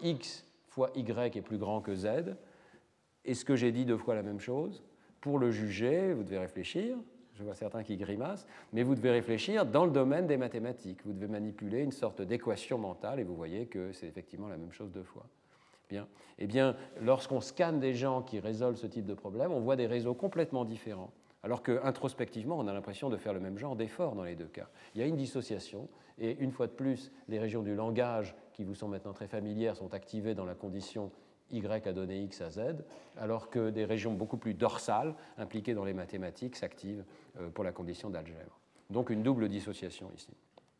B: fois y est plus grand que z, est-ce que j'ai dit deux fois la même chose? Pour le juger, vous devez réfléchir, je vois certains qui grimacent, mais vous devez réfléchir dans le domaine des mathématiques. Vous devez manipuler une sorte d'équation mentale et vous voyez que c'est effectivement la même chose deux fois. Bien. Eh bien, lorsqu'on scanne des gens qui résolvent ce type de problème, on voit des réseaux complètement différents. Alors qu'introspectivement, on a l'impression de faire le même genre d'effort dans les deux cas. Il y a une dissociation, et une fois de plus, les régions du langage, qui vous sont maintenant très familières, sont activées dans la condition y a donné x à z, alors que des régions beaucoup plus dorsales, impliquées dans les mathématiques, s'activent pour la condition d'algèbre. Donc une double dissociation ici.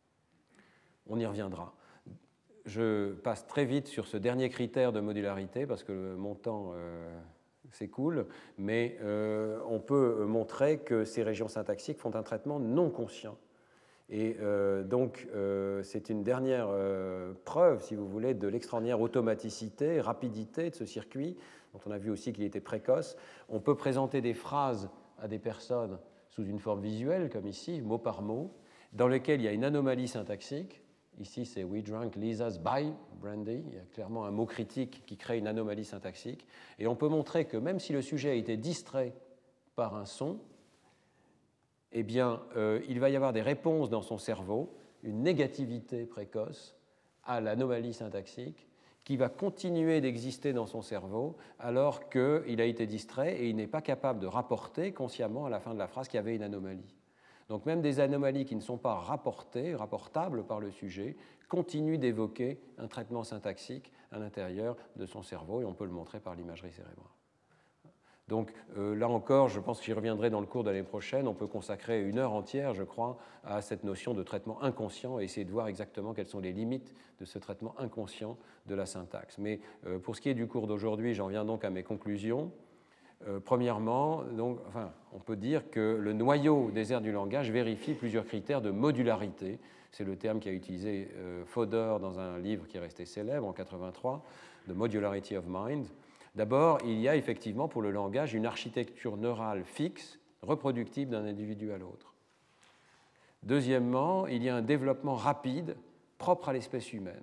B: On y reviendra. Je passe très vite sur ce dernier critère de modularité, parce que mon temps s'écoule, mais on peut montrer que ces régions syntaxiques font un traitement non conscient. Et donc, c'est une dernière preuve, si vous voulez, de l'extraordinaire automaticité, rapidité de ce circuit, dont on a vu aussi qu'il était précoce. On peut présenter des phrases à des personnes sous une forme visuelle, comme ici, mot par mot, dans lequel il y a une anomalie syntaxique. Ici, c'est « We drank Lisa's by brandy ». Il y a clairement un mot critique qui crée une anomalie syntaxique. Et on peut montrer que même si le sujet a été distrait par un son, eh bien, il va y avoir des réponses dans son cerveau, une négativité précoce à l'anomalie syntaxique qui va continuer d'exister dans son cerveau alors qu'il a été distrait et il n'est pas capable de rapporter consciemment à la fin de la phrase qu'il y avait une anomalie. Donc même des anomalies qui ne sont pas rapportables par le sujet, continuent d'évoquer un traitement syntaxique à l'intérieur de son cerveau, et on peut le montrer par l'imagerie cérébrale. Donc là encore, je pense que j'y reviendrai dans le cours de l'année prochaine, on peut consacrer une heure entière, je crois, à cette notion de traitement inconscient et essayer de voir exactement quelles sont les limites de ce traitement inconscient de la syntaxe. Mais pour ce qui est du cours d'aujourd'hui, j'en viens donc à mes conclusions. Premièrement, donc, on peut dire que le noyau des aires du langage vérifie plusieurs critères de modularité. C'est le terme qu'a utilisé Fodor dans un livre qui est resté célèbre en 1983, The Modularity of Mind. D'abord, il y a effectivement pour le langage une architecture neurale fixe, reproductible d'un individu à l'autre. Deuxièmement, il y a un développement rapide propre à l'espèce humaine.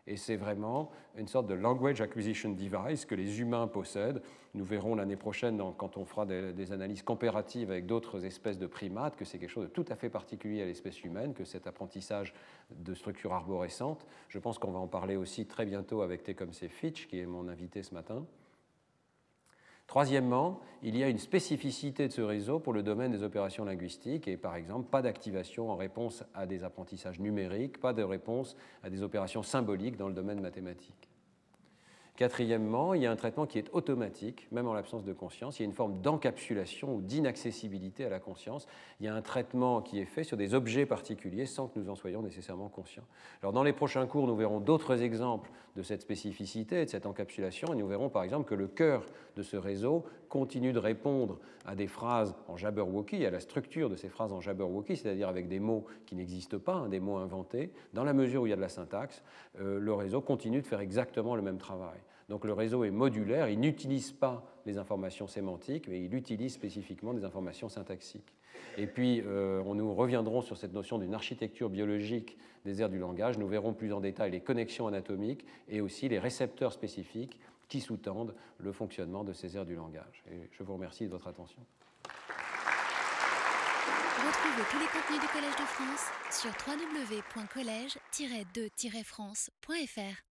B: Et c'est vraiment une sorte de language acquisition device que les humains possèdent. Nous verrons l'année prochaine, quand on fera des analyses comparatives avec d'autres espèces de primates, que c'est quelque chose de tout à fait particulier à l'espèce humaine, que cet apprentissage de structure arborescente. Je pense qu'on va en parler aussi très bientôt avec Tecumseh Fitch, qui est mon invité ce matin. Troisièmement, il y a une spécificité de ce réseau pour le domaine des opérations linguistiques et par exemple pas d'activation en réponse à des apprentissages numériques, pas de réponse à des opérations symboliques dans le domaine mathématique. Quatrièmement, il y a un traitement qui est automatique, même en l'absence de conscience. Il y a une forme d'encapsulation ou d'inaccessibilité à la conscience. Il y a un traitement qui est fait sur des objets particuliers sans que nous en soyons nécessairement conscients. Alors, dans les prochains cours, nous verrons d'autres exemples de cette spécificité et de cette encapsulation. Et nous verrons par exemple que le cœur de ce réseau continue de répondre à des phrases en Jabberwocky, à la structure de ces phrases en Jabberwocky, c'est-à-dire avec des mots qui n'existent pas, des mots inventés. Dans la mesure où il y a de la syntaxe, le réseau continue de faire exactement le même travail. Donc le réseau est modulaire, il n'utilise pas les informations sémantiques, mais il utilise spécifiquement des informations syntaxiques. Et puis, nous reviendrons sur cette notion d'une architecture biologique des aires du langage. Nous verrons plus en détail les connexions anatomiques et aussi les récepteurs spécifiques qui sous-tendent le fonctionnement de ces aires du langage. Et je vous remercie de votre attention.
A: Retrouvez tous les contenus du Collège de France sur www.collège-2-france.fr.